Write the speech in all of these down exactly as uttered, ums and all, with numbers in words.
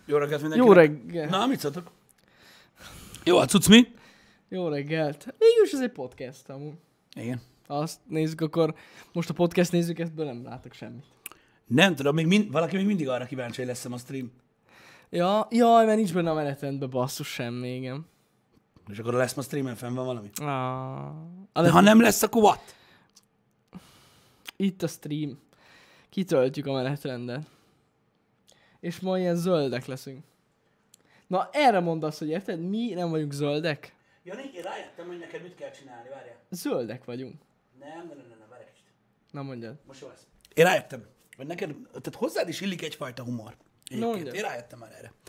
Jó reggelt mindenkinek. Jó reggelt. Na, mit szóltok? Jó, a cucc mi? Jó reggelt. Végülis ez egy podcast amúgy. Igen. Ha azt nézzük, akkor most a podcast nézzük, ebből nem látok semmit. Nem tudom, még mind, valaki még mindig arra kíváncsi, hogy lesz-e a stream. Ja, jaj, mert nincs benne a menetrendben basszus semmi, igen. És akkor lesz ma streamen, fenn van valami? Ah, De ha nem lesz, akkor what? Itt a stream. Kitöltjük a menetrendet. És ma ilyen zöldek leszünk. Na, erre mondasz, hogy érted? Mi nem vagyunk zöldek? Jani, én rájöttem, hogy neked mit kell csinálni, várjál. Zöldek vagyunk. Nem, nem, nem, nem, várj egy kicsit. Na mondjad. Most jó lesz. Én rájöttem, hogy neked, tehát hozzád is illik egyfajta humor. Egyébként. No, Én rájöttem már erre.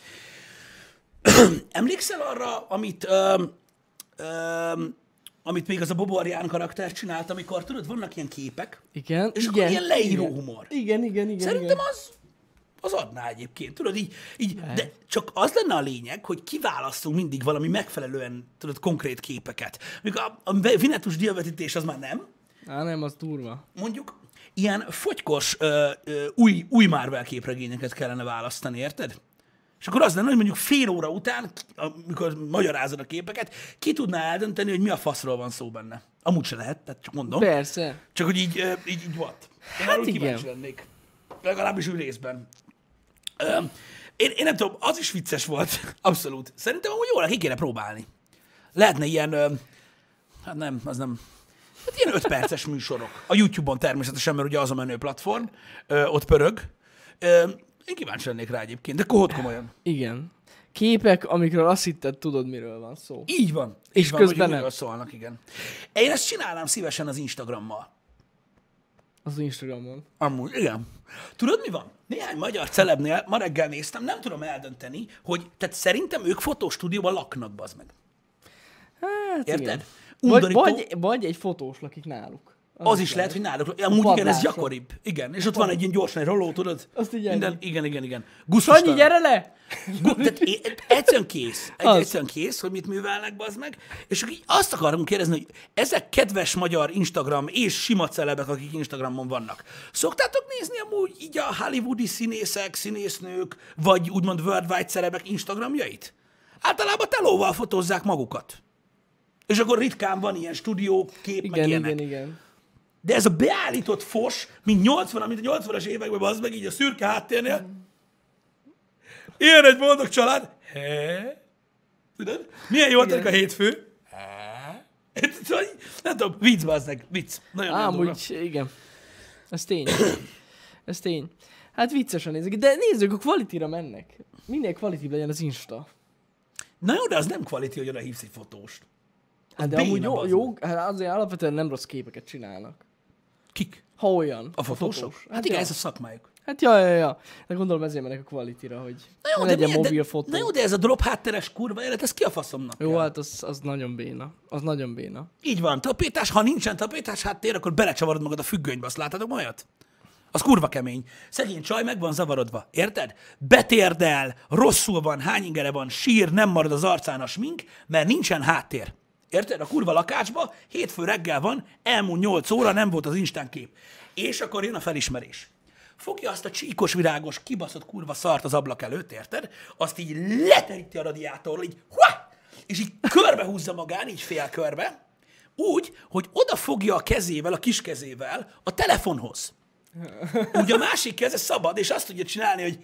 Emlékszel arra, amit, öm, öm, amit még az a Boborján karakter csinált, amikor tudod, vannak ilyen képek, Igen, és igen. akkor ilyen leíró igen. humor. Igen, igen, igen. Szerintem igen. az, az adná egyébként, tudod, így, így de csak az lenne a lényeg, hogy kiválasztunk mindig valami megfelelően, tudod, konkrét képeket. Míg a, a Vinettus díjvetítés az már nem, Á, nem, az durva. mondjuk ilyen fogykos ö, ö, új, új Marvel képregényeket kellene választani, érted? És akkor az lenne, hogy mondjuk fél óra után, amikor magyarázod a képeket, ki tudná eldönteni, hogy mi a faszról van szó benne. Amúgy se lehet, tehát csak mondom. Persze. Csak hogy így, ö, így, így volt. Én Hát arról igen. kíváncsi lennék. Legalábbis úgy részben. Ö, én, én nem tudom, az is vicces volt. Abszolút. Szerintem amúgy jól ki kéne próbálni. Lehetne ilyen, ö, hát nem, az nem, hát ilyen öt perces műsorok. A YouTube-on természetesen, mert ugye az a menő platform, ö, ott pörög. Ö, én kíváncsi lennék rá egyébként, de kohott komolyan. Igen. Képek, amikről azt hitted, tudod, miről van szó. Így van. És Így van, közben hogy nem. miről szólnak, igen. Én ezt csinálnám szívesen az Instagrammal. Az Instagramon. Amúgy, igen. Tudod, mi van? Néhány magyar celebnél ma reggel néztem, nem tudom eldönteni, hogy tehát szerintem ők fotostúdióban laknak, bazd meg. Hát Érted? igen. Vagy, Undorító. vagy, vagy egy fotós lakik náluk. Az is lehet, hogy náluk. Amúgy igen, ez padláson. gyakoribb. Igen, és ott van egy ilyen gyorsan egy roló, tudod? Azt így Minden, ennyi. igen, igen, igen. Sanyi, Gusztustalan. gyere le! Gu- Tehát é- egyszerűen kész. Egy, Az. egyszerűen kész, hogy mit művelnek, bazd meg. És akkor így azt akarom kérdezni, hogy ezek kedves magyar Instagram és sima celebek, akik Instagramon vannak. Szoktátok nézni amúgy így a hollywoodi színészek, színésznők, vagy úgymond worldwide celebek Instagramjait? Általában telóval fotózzák magukat. És akkor ritkán van ilyen stúdió kép, meg Igen, ilyenek. igen, igen. De ez a beállított fos, mint nyolcvan, mint a nyolcvanas években, az meg így a szürke háttérnél. Ilyen egy boldog család. He? Tudod? Milyen jó a hétfő? He? Szóval, nem tudom, vicc, bazdmeg, vicc. Nagyon, Ám nagyon durva. úgy, igen. Ez tény. Ez tény. Hát viccesen nézzük, de nézzük, a quality-ra mennek. Minél quality legyen az Insta. Na jó, de az nem quality, hogy oda hívsz egy fotóst. Hát de béna, amúgy jó, bazd jó, hát azért alapvetően nem rossz képeket csinálnak. Kik? Ha olyan. A fotósok? fotós. Hát igen, ja. ez a szakmájuk. Hát ja, ja, ja. De gondolom ezért mennek a quality-ra, hogy Na jó, ne de, legyen milyen, mobil de, fotó. na jó, de ez a drop hátteres kurva élet, ez ki a faszomnak Jó, kell? hát az, az nagyon béna. Az nagyon béna. Így van, tapétás, ha nincsen tapétás háttér, akkor belecsavarod magad a függönybe, azt láthatok olyat? Az kurva kemény. Szegény csaj meg van zavarodva, érted? Betérdel, rosszul van, hány ingere van, sír, nem marad az arcán a smink, mert nincsen háttér. Érted? A kurva lakásba hétfő reggel van, elmúlt nyolc óra, nem volt az Instán kép. És akkor jön a felismerés. Fogja azt a csíkos, virágos, kibaszott kurva szart az ablak előtt, érted? Azt így leteríti a radiátorról, így huá! És így körbehúzza magán, így fél körbe, úgy, hogy odafogja a kezével, a kis kezével a telefonhoz. Úgy a másik keze szabad, és azt tudja csinálni, hogy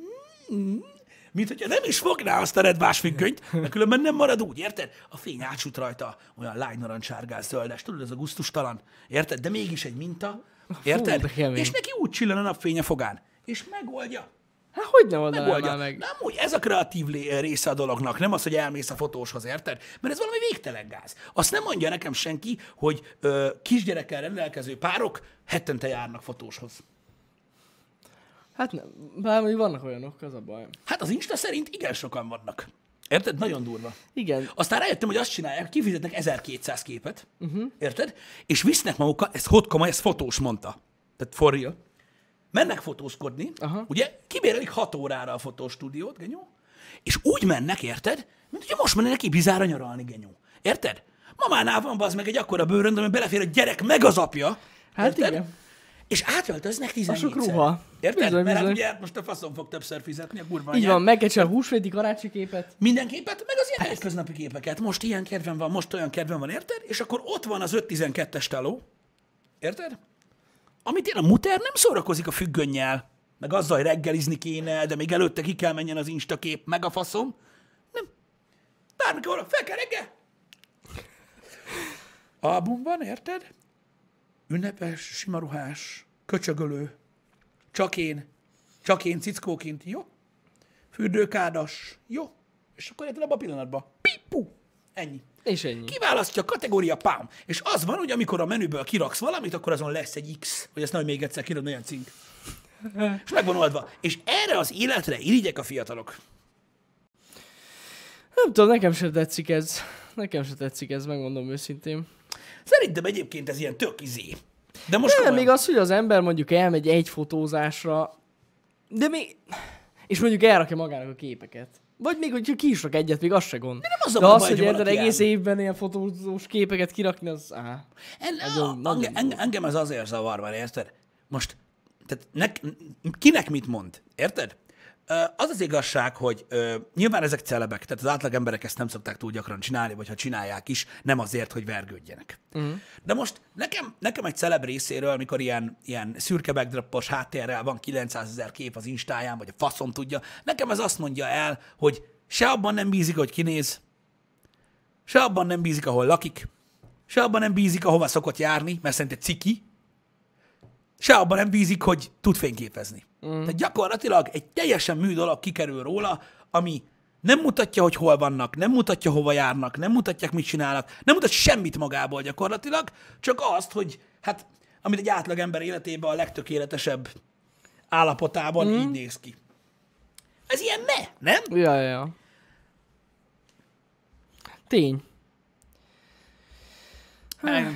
mint hogyha nem is fogná azt a redvás függönyt, mert különben nem marad úgy, érted? A fény átsut rajta, olyan lágynarancsárgás, zöldes, tudod, ez a gusztustalan, érted? De mégis egy minta, érted? de kemény. És neki úgy csillan a napfény a fogán, és megoldja. Hát hogy ne oldanám Megoldja. már meg? Nem úgy, ez a kreatív lé- része a dolognak, nem az, hogy elmész a fotóshoz, érted? Mert ez valami végtelen gáz. Azt nem mondja nekem senki, hogy ö, kisgyerekkel rendelkező párok hetente járnak fotóshoz. Hát nem. Bár mondjuk vannak olyanok, az a baj. Hát az Insta szerint igen sokan vannak. Érted? Nagyon durva. Igen. Aztán rájöttem, hogy azt csinálják, kifizetnek ezerkétszáz képet, uh-huh. érted? És visznek magukkal, ez hotkoma, ez fotós mondta. Tehát for real. Mennek fotózkodni, Aha. ugye, kibérelik hat órára a fotostúdiót, genyó, és úgy mennek, érted, mint ugye most mennek Ibizára nyaralni, genyó. Érted? Mamánál van az meg egy akkora bőrönd, ami belefér a gyerek meg az apja. Hát érted? igen. és átöltöznek A tizennégy sok ruha. Érted? Bizony, Mert hát bizony. ugye most a faszom fog többször fizetni a kurva Így anyját. van, meg kell csinálni a húsvéti karácsi képet. Minden képet, meg az ilyen hétköznapi képeket. Most ilyen kedvem van, most olyan kedvem van, érted? És akkor ott van az öt tizenkettes teló, érted? Amit én a muter nem szórakozik a függönnyel, meg azzal, hogy reggelizni kéne, de még előtte ki kell menjen az Insta kép, meg a faszom. Nem. Bármikor fel kell reggel. Album van, érted? Ünnepes, simaruhás, köcsögölő, csak én, csak én cickóként, jó? Fürdőkádas, jó? És akkor érted abban a pillanatban, pipú, ennyi. És ennyi. Kiválasztja a kategória, pám. És az van, hogy amikor a menüből kiraksz valamit, akkor azon lesz egy X, hogy ezt nem még egyszer kirad olyan cink. És meg van oldva. És erre az életre irigyek a fiatalok. Nem tudom, nekem se tetszik ez. Nekem se tetszik ez, megmondom őszintén. Szerintem egyébként ez ilyen tök izé. De most Nem, komolyan. még az, hogy az ember mondjuk elmegy egy fotózásra, de még... És mondjuk elrakja magának a képeket. Vagy még, hogyha ki is rak egyet, még az se gond. De, nem az a de baj, az, hogy hogy érted valaki egész elmegy. évben ilyen fotózós képeket kirakni, az... Á. En, Nagyon- a, nagyon engem, engem, engem ez azért zavar már, érted? Most, tehát nek, kinek mit mond, érted? Ö, Az az igazság, hogy ö, nyilván ezek celebek, tehát az átlag emberek ezt nem szokták túl gyakran csinálni, vagy ha csinálják is, nem azért, hogy vergődjenek. Uh-huh. De most nekem, nekem egy celeb részéről, amikor ilyen, ilyen szürke backdropos háttérrel van kilencszázezer kép az Instáján, vagy a faszom tudja, nekem ez azt mondja el, hogy se abban nem bízik, hogy kinéz, se abban nem bízik, ahol lakik, se abban nem bízik, ahova szokott járni, mert szerint egy ciki, se abban nem bízik, hogy tud fényképezni. Mm. Tehát gyakorlatilag egy teljesen mű dolog kikerül róla, ami nem mutatja, hogy hol vannak, nem mutatja, hova járnak, nem mutatják, mit csinálnak, nem mutat semmit magából gyakorlatilag, csak azt, hogy hát, amit egy átlag ember életében a legtökéletesebb állapotában mm. így néz ki. Ez ilyen ne, nem? Ja, ja, ja. Tény. Nem.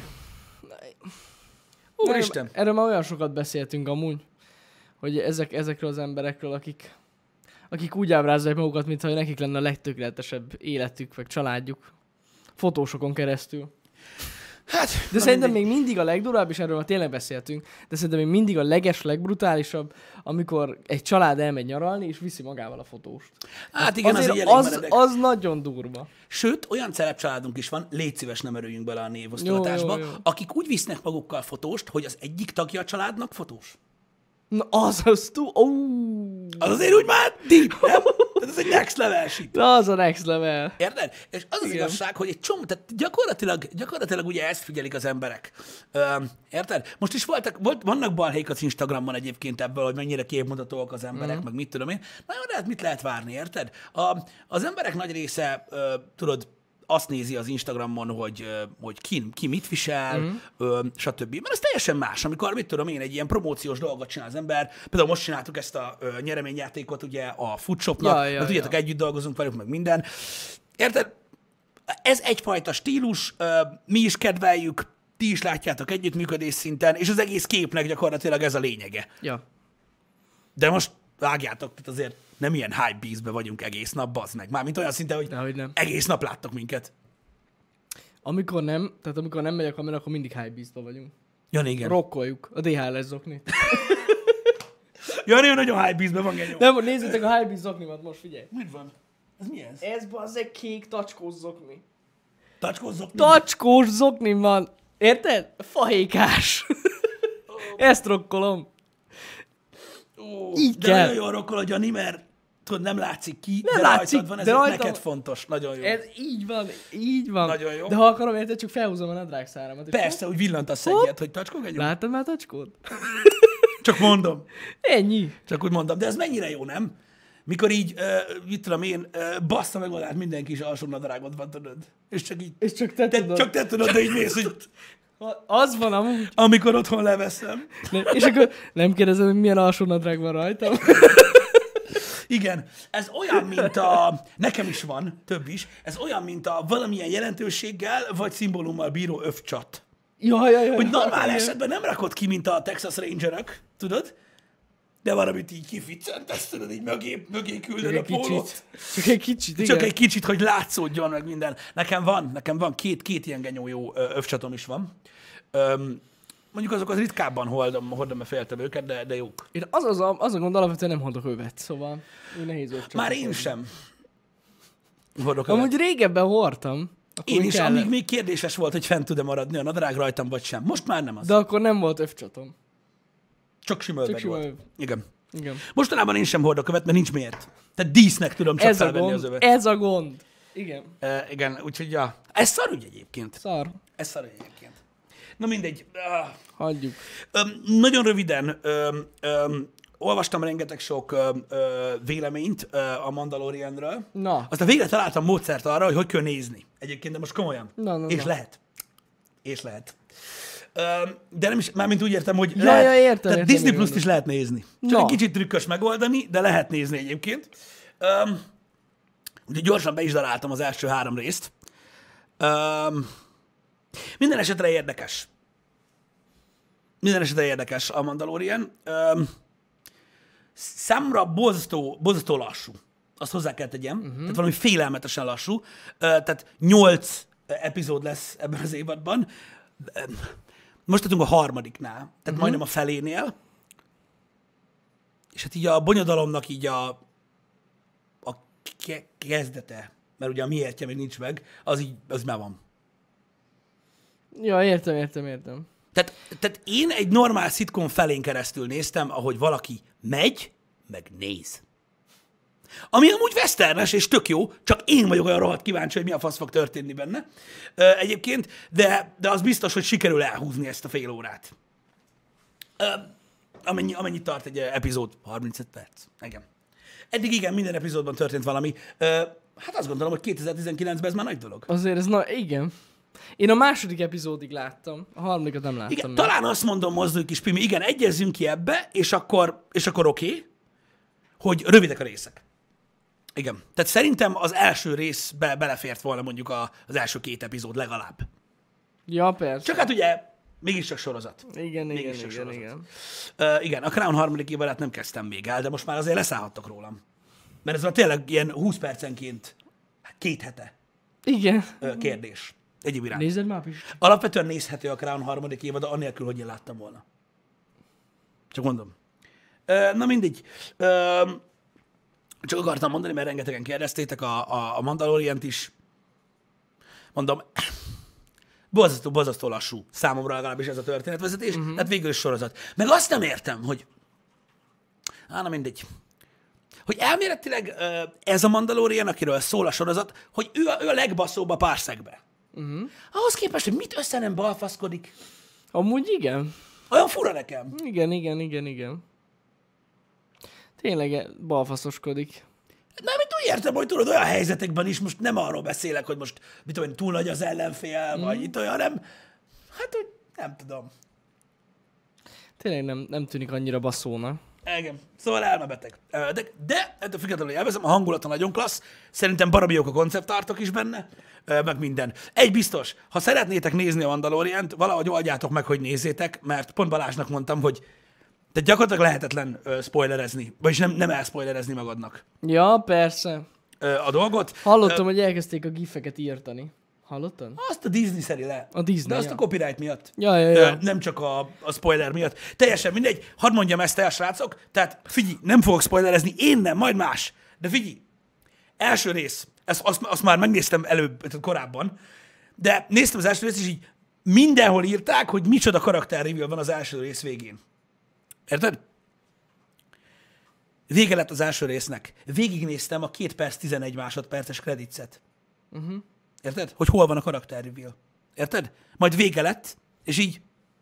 Úristen. Erről, erről már olyan sokat beszéltünk amúgy, hogy ezek, ezekről az emberekről, akik, akik úgy ábrázolják magukat, mintha nekik lenne a legtökéletesebb életük, vagy családjuk. Fotósokon keresztül. Hát, De szerintem még mindig a legdurább, és erről már tényleg beszéltünk, de szerintem még mindig a leges, legbrutálisabb, amikor egy család elmegy nyaralni, és viszi magával a fotóst. Hát igen, Azért az, egy elég az, meredek. az nagyon durva. Sőt, olyan celeb családunk is van, légy szíves, nem örüljünk bele a névosztogatásba, Jó, jó, jó. akik úgy visznek magukkal fotóst, hogy az egyik tagja a családnak fotós. Na az az túl... Ó, Az azért úgy már deep, nem? Tehát ez egy next level shit. na az a next level. Érted? És az az Igen. igazság, hogy egy csomó, tehát gyakorlatilag, gyakorlatilag ugye ezt figyelik az emberek. Ö, érted? Most is voltak, volt, vannak balhék az Instagramon egyébként ebből, hogy mennyire képmutatóak az emberek, mm. meg mit tudom én. Na jó, de hát mit lehet várni, érted? A, az emberek nagy része, ö, tudod, azt nézi az Instagramon, hogy, ö, hogy ki, ki mit visel, mm. ö, stb. Mert ez teljesen más, amikor, mit tudom én, egy ilyen promóciós dolgot csinál az ember. Például most csináltuk ezt a ö, nyereményjátékot ugye a Foodshopnak, Ja, ja, mert tudjátok, ja. együtt dolgozunk velük, meg minden. Érted? Ez egyfajta stílus, ö, mi is kedveljük, ti is látjátok együttműködés szinten, és az egész képnek gyakorlatilag ez a lényege. Ja. De most vágjátok, tehát azért nem ilyen hype beastbe vagyunk egész nap, bazd meg. Mármint olyan szinten, hogy Dehogy nem. egész nap láttok minket. Amikor nem, tehát amikor nem megy a kamera, akkor mindig high vagyunk. Jani, igen. Rokkoljuk a dé há el es zoknit. Jani, nagyon hype beastbe van, genyó. Nem, nézzétek a high zoknimat most, figyelj. Mit van? Ez mi ez? Ez bazzeg kék tacskós zokni. Tacskozzok? Tacskós zokni van. Érted? Fahékás. Ezt rokkolom. Ó, Így de kell. nagyon jól rokkol a Jani, mert tudod, nem látszik ki, Nem de látszik, rajtad van, ez de rajtam- neked fontos. Nagyon jó. Ez így van, így van. Nagyon jó. De ha akarom, érted, csak felhúzom a nadrág száramat. és Persze, úgy villantasz egyet, hogy tacskó, genyó. Láttad már tacskót? Csak mondom. Ennyi. Csak úgy mondom. De ez mennyire jó, nem? Mikor így, uh, mit tudom én, uh, bassza meg magát, mindenki is alsó nadrágot van, tudod. És csak így, És csak te, te, tudod. csak te tudod, de így mész, hogy Az van amúgy. amikor otthon leveszem. Nem, és akkor nem kérdezem, hogy milyen alsó nadrág van rajtam. Igen, ez olyan, mint a, nekem is van, több is, ez olyan, mint a valamilyen jelentőséggel, vagy szimbólummal bíró övcsat. Jaj, jaj, jaj. Hogy normál Igen. esetben nem rakod ki, mint a Texas Rangerök, tudod? De valamit így kificcentesz, tudod, így mögé, mögé küldöd Csak a egy pólót. kicsit. Csak egy kicsit, igen. Csak egy kicsit, hogy látszódjon meg minden. Nekem van, nekem van két, két ilyen genyó jó ö, övcsatom is van. Öm, mondjuk azokat ritkábban hordom, hordom be féltem őket, de, de jók. Én az, az, a, az a gond, alapvetően nem hordok övet, szóval úgy nehéz őt Már én sem hordok övet. Amúgy régebben hordtam. Én is, kellett. Amíg még kérdéses volt, hogy fent tud-e maradni a nadrág rajtam, vagy sem. Most már nem az. De akkor nem volt övcsatom. Csak sima övet sima volt. öv. Igen. Igen. Mostanában én sem hordok övet, mert nincs miért. Tehát dísznek tudom csak ez felvenni a gond, az övet. Ez a gond. Igen. Uh, igen, úgyhogy ja. Ez szar ügy egyébként. Szar. Ez szar ügy egyébként. Na mindegy. Uh, Hagyjuk. Um, nagyon röviden um, um, olvastam rengeteg sok um, uh, véleményt uh, a Mandalorianről. Na. Aztán végre találtam módszert arra, hogy hogy kell nézni. Egyébként, de most komolyan. Na, na, És na. lehet. És lehet. Um, de nem is, mármint úgy értem, hogy Ja, lehet, ja, értem, tehát értem, Disney értem. Plus-t is lehet nézni. Csak Na. egy kicsit trükkös megoldani, de lehet nézni egyébként. Um, úgyhogy gyorsan be is daráltam az első három részt. Um, minden esetre érdekes. Minden esetre érdekes a Mandalorian. Um, számomra borzasztó, borzasztó lassú. Azt hozzá kell tegyem. Uh-huh. Tehát valami félelmetesen lassú. Uh, tehát nyolc epizód lesz ebben az évadban. Um, most tartunk a harmadiknál, tehát uh-huh. majdnem a felénél. És hát így a bonyodalomnak így a, a ke- kezdete, mert ugye a miértje még nincs meg, az így, az már van. Ja, értem, értem, értem. Tehát, tehát én egy normál szitkom felén keresztül néztem, ahogy valaki megy, meg néz. Ami amúgy westernes és tök jó, csak én vagyok olyan rohadt kíváncsi, hogy mi a fasz fog történni benne ö, egyébként, de, de az biztos, hogy sikerül elhúzni ezt a fél órát. Ö, amennyi, amennyit tart egy epizód, harmincöt perc. Igen. Eddig igen, minden epizódban történt valami. Ö, hát azt gondolom, hogy kétezer-tizenkilencben ez már nagy dolog. Azért ez, na igen. Én a második epizódig láttam, a harmadikat nem láttam. Igen, meg. talán azt mondom, mozdulj kis Pimi, igen, egyezzünk ki ebbe, és akkor, és akkor oké, okay, hogy rövidek a részek. Igen. Tehát szerintem az első részbe belefért volna mondjuk a, az első két epizód legalább. Ja, persze. Csak hát ugye mégiscsak sorozat. Igen, igen, Mégiscsak igen, sorozat. igen. Uh, igen, a Crown harmadik évadát nem kezdtem még el, de most már azért leszállhattak rólam. Mert ez már tényleg ilyen húsz percenként két hete Igen. uh, kérdés. Egyéb iránt. Nézed már, Pisti? Alapvetően nézhető a Crown harmadik évada, anélkül, hogy én láttam volna. Csak mondom. Ö, na mindegy. Ö, csak akartam mondani, mert rengetegen kérdeztétek a, a, a Mandalorient is. Mondom, borzasztó, borzasztó lassú számomra legalábbis ez a történetvezetés, uh-huh. hát végül is sorozat. Meg azt nem értem, hogy á, na mindegy. Hogy elméletileg ö, ez a Mandalorian, akiről szól a sorozat, hogy ő a, ő a legbaszóbb a párszegbe. Uh-huh. Ahhoz képest, hogy mit össze nem balfaszkodik. Amúgy igen. Olyan fura nekem. Igen, igen, igen, igen. Tényleg balfaszoskodik. Mármint úgy értem, hogy tudod, olyan helyzetekben is most nem arról beszélek, hogy most mit tudom, túl nagy az ellenfél, mm. vagy itt olyan, nem. Hát, hogy nem tudom. Tényleg nem, nem tűnik annyira baszónak. Igen. Szóval elmebeteg. De, de ettől függetlenül elveszem, a hangulata nagyon klassz, szerintem baromi jók a konceptártok is benne, meg minden. Egy biztos, ha szeretnétek nézni a Mandalorient, valahogy oldjátok meg, hogy nézzétek, mert pont Balázsnak mondtam, hogy de gyakorlatilag lehetetlen uh, spoilerezni, vagyis nem, nem elspoilerezni magadnak Ja, persze. uh, a dolgot. Hallottam, Uh, hogy elkezdték a gifeket írtani. Hallottad? azt a Disney szeri le. A Disney, De azt ja. a copyright miatt. Ja, ja, ja. Uh, nem csak a, a spoiler miatt. Teljesen mindegy. Hadd mondjam ezt el, srácok. Tehát figyelj, nem fogok spoilerezni, én nem, majd más. De figyelj, első rész, ezt, azt, azt már megnéztem előbb, tehát korábban, de néztem az első részt, és így mindenhol írták, hogy micsoda karakter reveal van az első rész végén. Érted? Vége lett az első résznek. Végignéztem a két perc, tizenegy másodperces kreditszet. Uh-huh. Érted? Hogy hol van a karakter reveal. Érted? Majd vége lett, és így...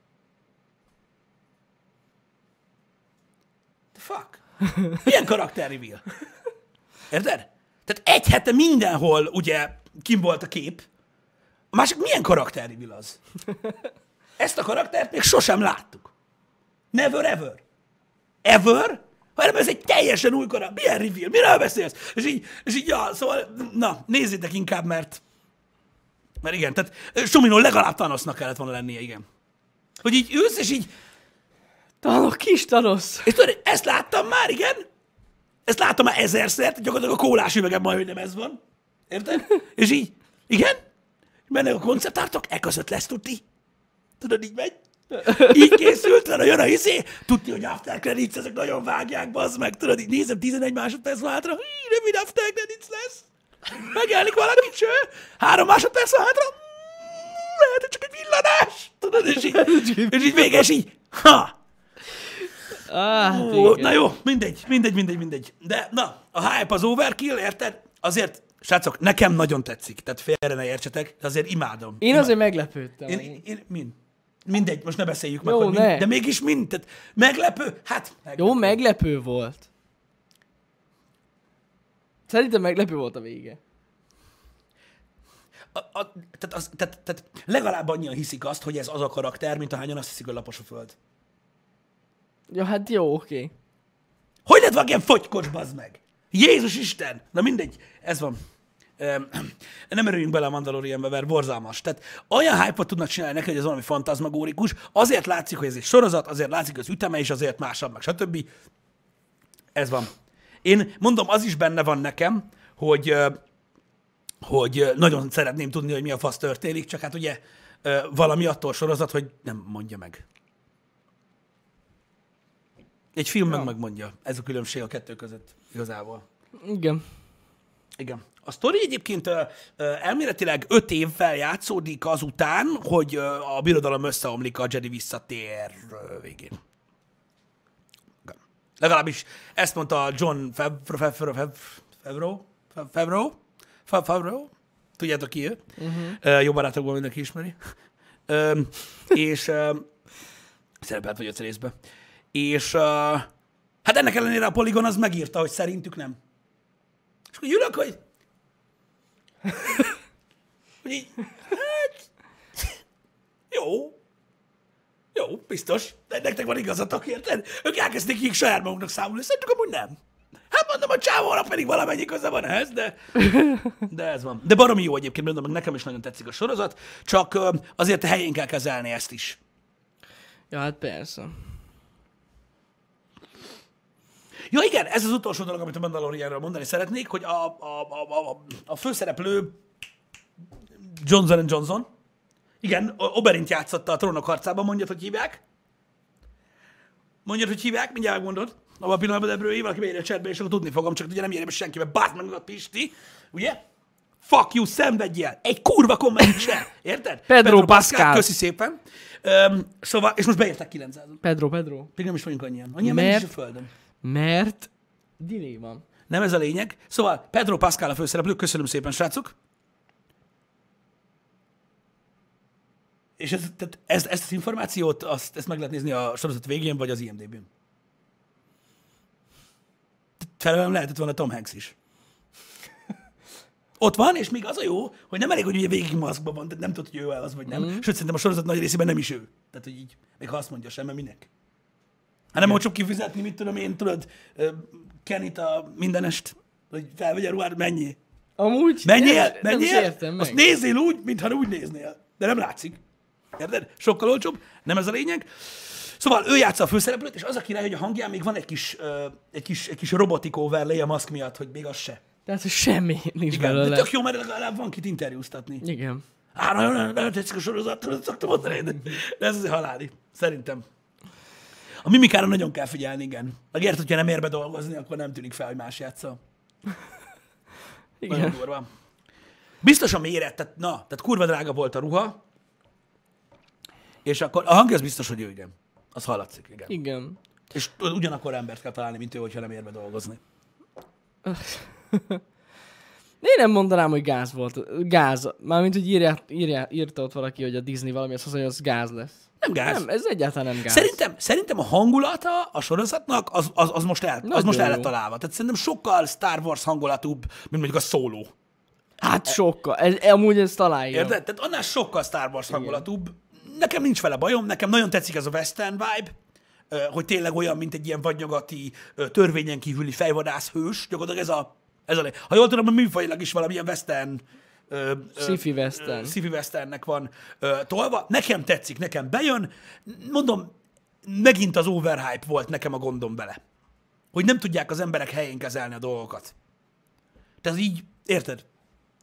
The fuck? Milyen karakter reveal? Érted? Tehát egy hete mindenhol ugye kim volt a kép. A másik milyen karakter reveal az? Ezt a karaktert még sosem láttuk. Never ever. Ever? Hanem ez egy teljesen új karakter. Milyen reveal? Miről beszélsz? És így, és így, ja, szóval, na, nézzétek inkább, mert mert igen, tehát Sominon legalább Thanosnak kellett volna lennie, igen. Hogy így ülsz, és így... Thanos, kis Thanos. És tudod, ezt láttam már, igen? Ezt láttam már ezerszer, gyakorlatilag a kólás üvegem majd, hogy nem ez van. Érted? És így, igen? Mennek a konceptártok, e között lesz tuti. Tudod, így megy. Így készült, arra jön a izé, tudja, hogy after credits, ezek nagyon vágják, bazd meg, tudod, így nézem tizenegy másodperc van hátra, hí, rövid after credits lesz. Megjelenik valami cső, három másodperc van hátra, mm, lehet, hogy csak egy villanás, tudod, és így, és így vége, és így, ha! Ah, Ó, na jó, mindegy, mindegy, mindegy, mindegy. De na, a hype az overkill, érted? Azért, srácok, nekem nagyon tetszik, tehát félre ne értsetek, de azért imádom. Én Imá... azért meglepődtem. Én, én, én mind. Mindegy, most ne beszéljük meg, Jó, hogy mind, ne. de mégis mind, tehát meglepő, hát meglepő. Jó, meglepő volt. Szerintem meglepő volt a vége. A, a, tehát, az, tehát, tehát legalább annyian hiszik azt, hogy ez az a karakter, mint ahányan azt hiszik, hogy lapos a föld. Ja, hát jó, oké. Okay. Hogy lett valaki ilyen fogykos, bazd meg? Jézus Isten! Na mindegy, ez van. Öm, nem örüljünk bele a Mandalorianbe, mert borzalmas. Tehát olyan hype-ot tudnak csinálni neki, hogy ez valami fantazmagórikus. Azért látszik, hogy ez egy sorozat, azért látszik, hogy az üteme is azért másabb, meg stb. Ez van. Én mondom, az is benne van nekem, hogy, ö, hogy ö, nagyon szeretném tudni, hogy mi a fasz történik, csak hát ugye ö, valami attól sorozat, hogy nem mondja meg. Egy film Ja. meg megmondja. Ez a különbség a kettő között igazából. Igen. Igen. A sztori egyébként ö, ö, elméletileg öt évvel játszódik azután, hogy ö, a birodalom összeomlik a Jedi visszatér ö, végén. Igen. Legalábbis ezt mondta John Favreau, Favreau, Favreau, Favreau, Favreau, tudjátok ki ő? Uh-huh. Jó barátokból mindenki ismeri. Ö, és ö, szerepelt vagy öt részbe. És uh, hát ennek ellenére a Polygon az megírta, hogy szerintük nem. És akkor ülök, hogy... hogy így, hát... Jó. Jó, biztos. De nektek van igazatok, érted? Ők elkezdték így saját maguknak számolni, szerintük amúgy nem. Hát mondom, a csávónak pedig valamennyi köze van ehhez, de... De ez van. De baromi jó egyébként, mondom, meg nekem is nagyon tetszik a sorozat, csak uh, azért helyén kell kezelni ezt is. Ja, hát persze. Ja igen, ez az utolsó dolog, amit a Mandalorianról mondani szeretnék, hogy a, a, a, a, a főszereplő Johnson and Johnson, igen, Oberint játszotta a Trónok harcában, mondjad, hogy hívják? Mondjad, hogy hívják? Mindjárt megmondod. Abban a pillanatban ebből valaki beírja a chatbe, és akkor tudni fogom, csak ugye nem írja be senkibe. Bázd meg a Pisti, ugye? Fuck you, szenvedjél! Egy kurva komment se! Érted? Pedro, Pedro Pascal. Köszi szépen. Um, szóval, és most beértek kilencszázan. Pedro, Pedro. Még nem is vagyunk annyian. Annyian Mert- meg is a földön. Mert delay van. Nem ez a lényeg. Szóval Pedro Pascal a főszereplő, köszönöm szépen, srácok. És ez, tehát ez, ezt az információt, azt, ezt meg lehet nézni a sorozat végén, vagy az I M D B-n. Felelően lehetett volna Tom Hanks is. Ott van, és még az a jó, hogy nem elég, hogy ugye végig maszkban van, tehát nem tudod, hogy ő az, vagy nem. Mm. Sőt, szerintem a sorozat nagy részében nem is ő. Tehát, hogy így, még ha azt mondja sem, mert minek. Hát nem olcsóbb kifizetni, mit tudom én, tudod, Kennyt a mindenest, hogy felvegye a ruhát, mennyi? Amúgy Menjél, nem, nem is menjél, értem meg. azt nézzél úgy, mintha úgy néznél. De nem látszik. Érted? Sokkal olcsóbb, nem ez a lényeg. Szóval ő játsza a főszereplőt, és az a király, hogy a hangján még van egy kis, uh, egy kis, egy kis robotik overlay a maszk miatt, hogy még az se. Tehát, hogy semmi nincs Igen, belőle. de tök jó, mert legalább van kit interjúztatni. Igen. Á, nagyon, nagyon, nagyon tetszik a sorozat, tudod, szoktam mondani, de de ez azért haláli. Szerintem. A mimikára nagyon kell figyelni, igen. Megért, hogyha nem ér be dolgozni, akkor nem tűnik fel, hogy más játsza. Nagyon Igen. durva. Biztos a méret, tehát, na, tehát kurva drága volt a ruha, és akkor a hangja az biztos, hogy ő igen. Az hallatszik, igen. Igen. És ugyanakkor embert kell találni, mint ő, hogyha nem ér be dolgozni. Én nem mondanám, hogy gáz volt. Gáz. Mármint, hogy írja, írja, írta ott valaki, hogy a Disney valami, azt mondja, hogy az gáz lesz. Nem gáz. Nem, ez egyáltalán nem gáz. Szerintem, szerintem a hangulata a sorozatnak az, az, az most el, az Nagyon most el jó. lett találva. Tehát szerintem sokkal Star Wars hangulatúbb, mint mondjuk a Solo. Hát sokkal. Ez, amúgy ez találja. Érted? Tehát annál sokkal Star Wars hangulatúbb. Nekem nincs vele bajom, nekem nagyon tetszik ez a western vibe, ö, hogy tényleg olyan, mint egy ilyen vadnyugati ö, törvényen kívüli fejvadász hős. Gyakorlatilag ez a, ez a... Ha jól tudom, a műfajilag is valamilyen western ö, ö, Sci-fi western. ö, sci-fi westernnek van ö, tolva. Nekem tetszik, nekem bejön. Mondom, megint az overhype volt nekem a gondom vele. Hogy nem tudják az emberek helyén kezelni a dolgokat. Tehát így, érted?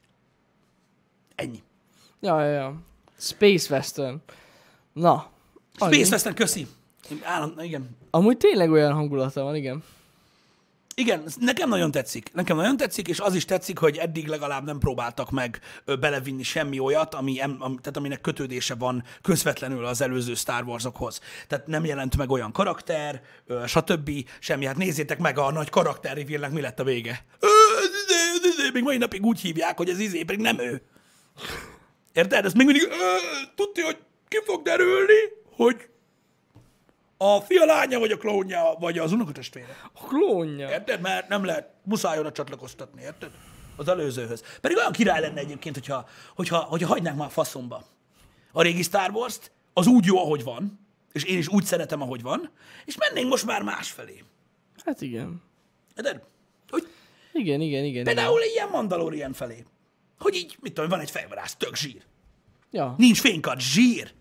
Ennyi. Ja, ja, ja. Space Western. Na. Space Western, köszi. Állam, igen. Amúgy tényleg olyan hangulata van, igen. Igen, nekem nagyon tetszik. Nekem nagyon tetszik, és az is tetszik, hogy eddig legalább nem próbáltak meg ö, belevinni semmi olyat, ami, em, am, tehát aminek kötődése van közvetlenül az előző Star Warsokhoz. Tehát nem jelent meg olyan karakter, ö, stb. Semmi. Hát nézzétek meg a nagy karakter revealnek mi lett a vége. Ö, ez izé, ez izé, még mai napig úgy hívják, hogy ez izé, pedig nem ő. Érted? Ez még mindig, tudja, hogy ki fog derülni, hogy a fia lánya, vagy a klónja, vagy az unokatestvére. A klónja. Érted? Mert nem lehet, muszáj oda csatlakoztatni, érted? Az előzőhöz. Pedig olyan király lenne egyébként, hogyha, hogyha, hogyha hagynánk már faszomba a régi Star Wars-t, az úgy jó, ahogy van, és én is úgy szeretem, ahogy van, és mennénk most már másfelé. Hát igen. Érted? Hogy Igen, igen, igen. például igen. egy ilyen Mandalorian felé. Hogy így, mit tudom, van egy fejvadász, tök zsír. Ja, Nincs fénykard, zsír.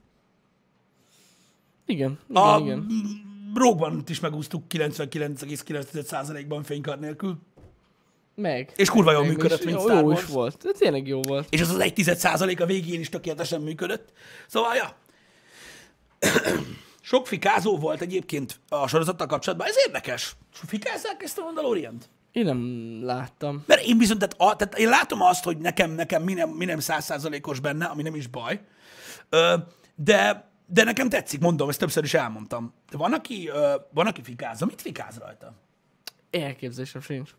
igen, igen, A igen. Rogue is megúsztuk kilencvenkilenc egész kilenc százalékban fénykard nélkül. Meg. És kurva jól Meg, működött, és mint jó, Star jó Wars. is volt. De tényleg jó volt. És az az egy tized százalék a végén is tökéletesen működött. Szóval, ja. Sok fikázó volt egyébként a sorozattal kapcsolatban. Ez érdekes. Fikázzák ezt a Mandaloriant? Én nem láttam. Mert én viszont, tehát, a, tehát én látom azt, hogy nekem, nekem mi nem, mi nem száz százalékos benne, ami nem is baj. Ö, de, de nekem tetszik, mondom, ezt többször is elmondtam. De van, aki, ö, van, aki fikázza. Mit fikáz rajta? Elképzelésem sincs.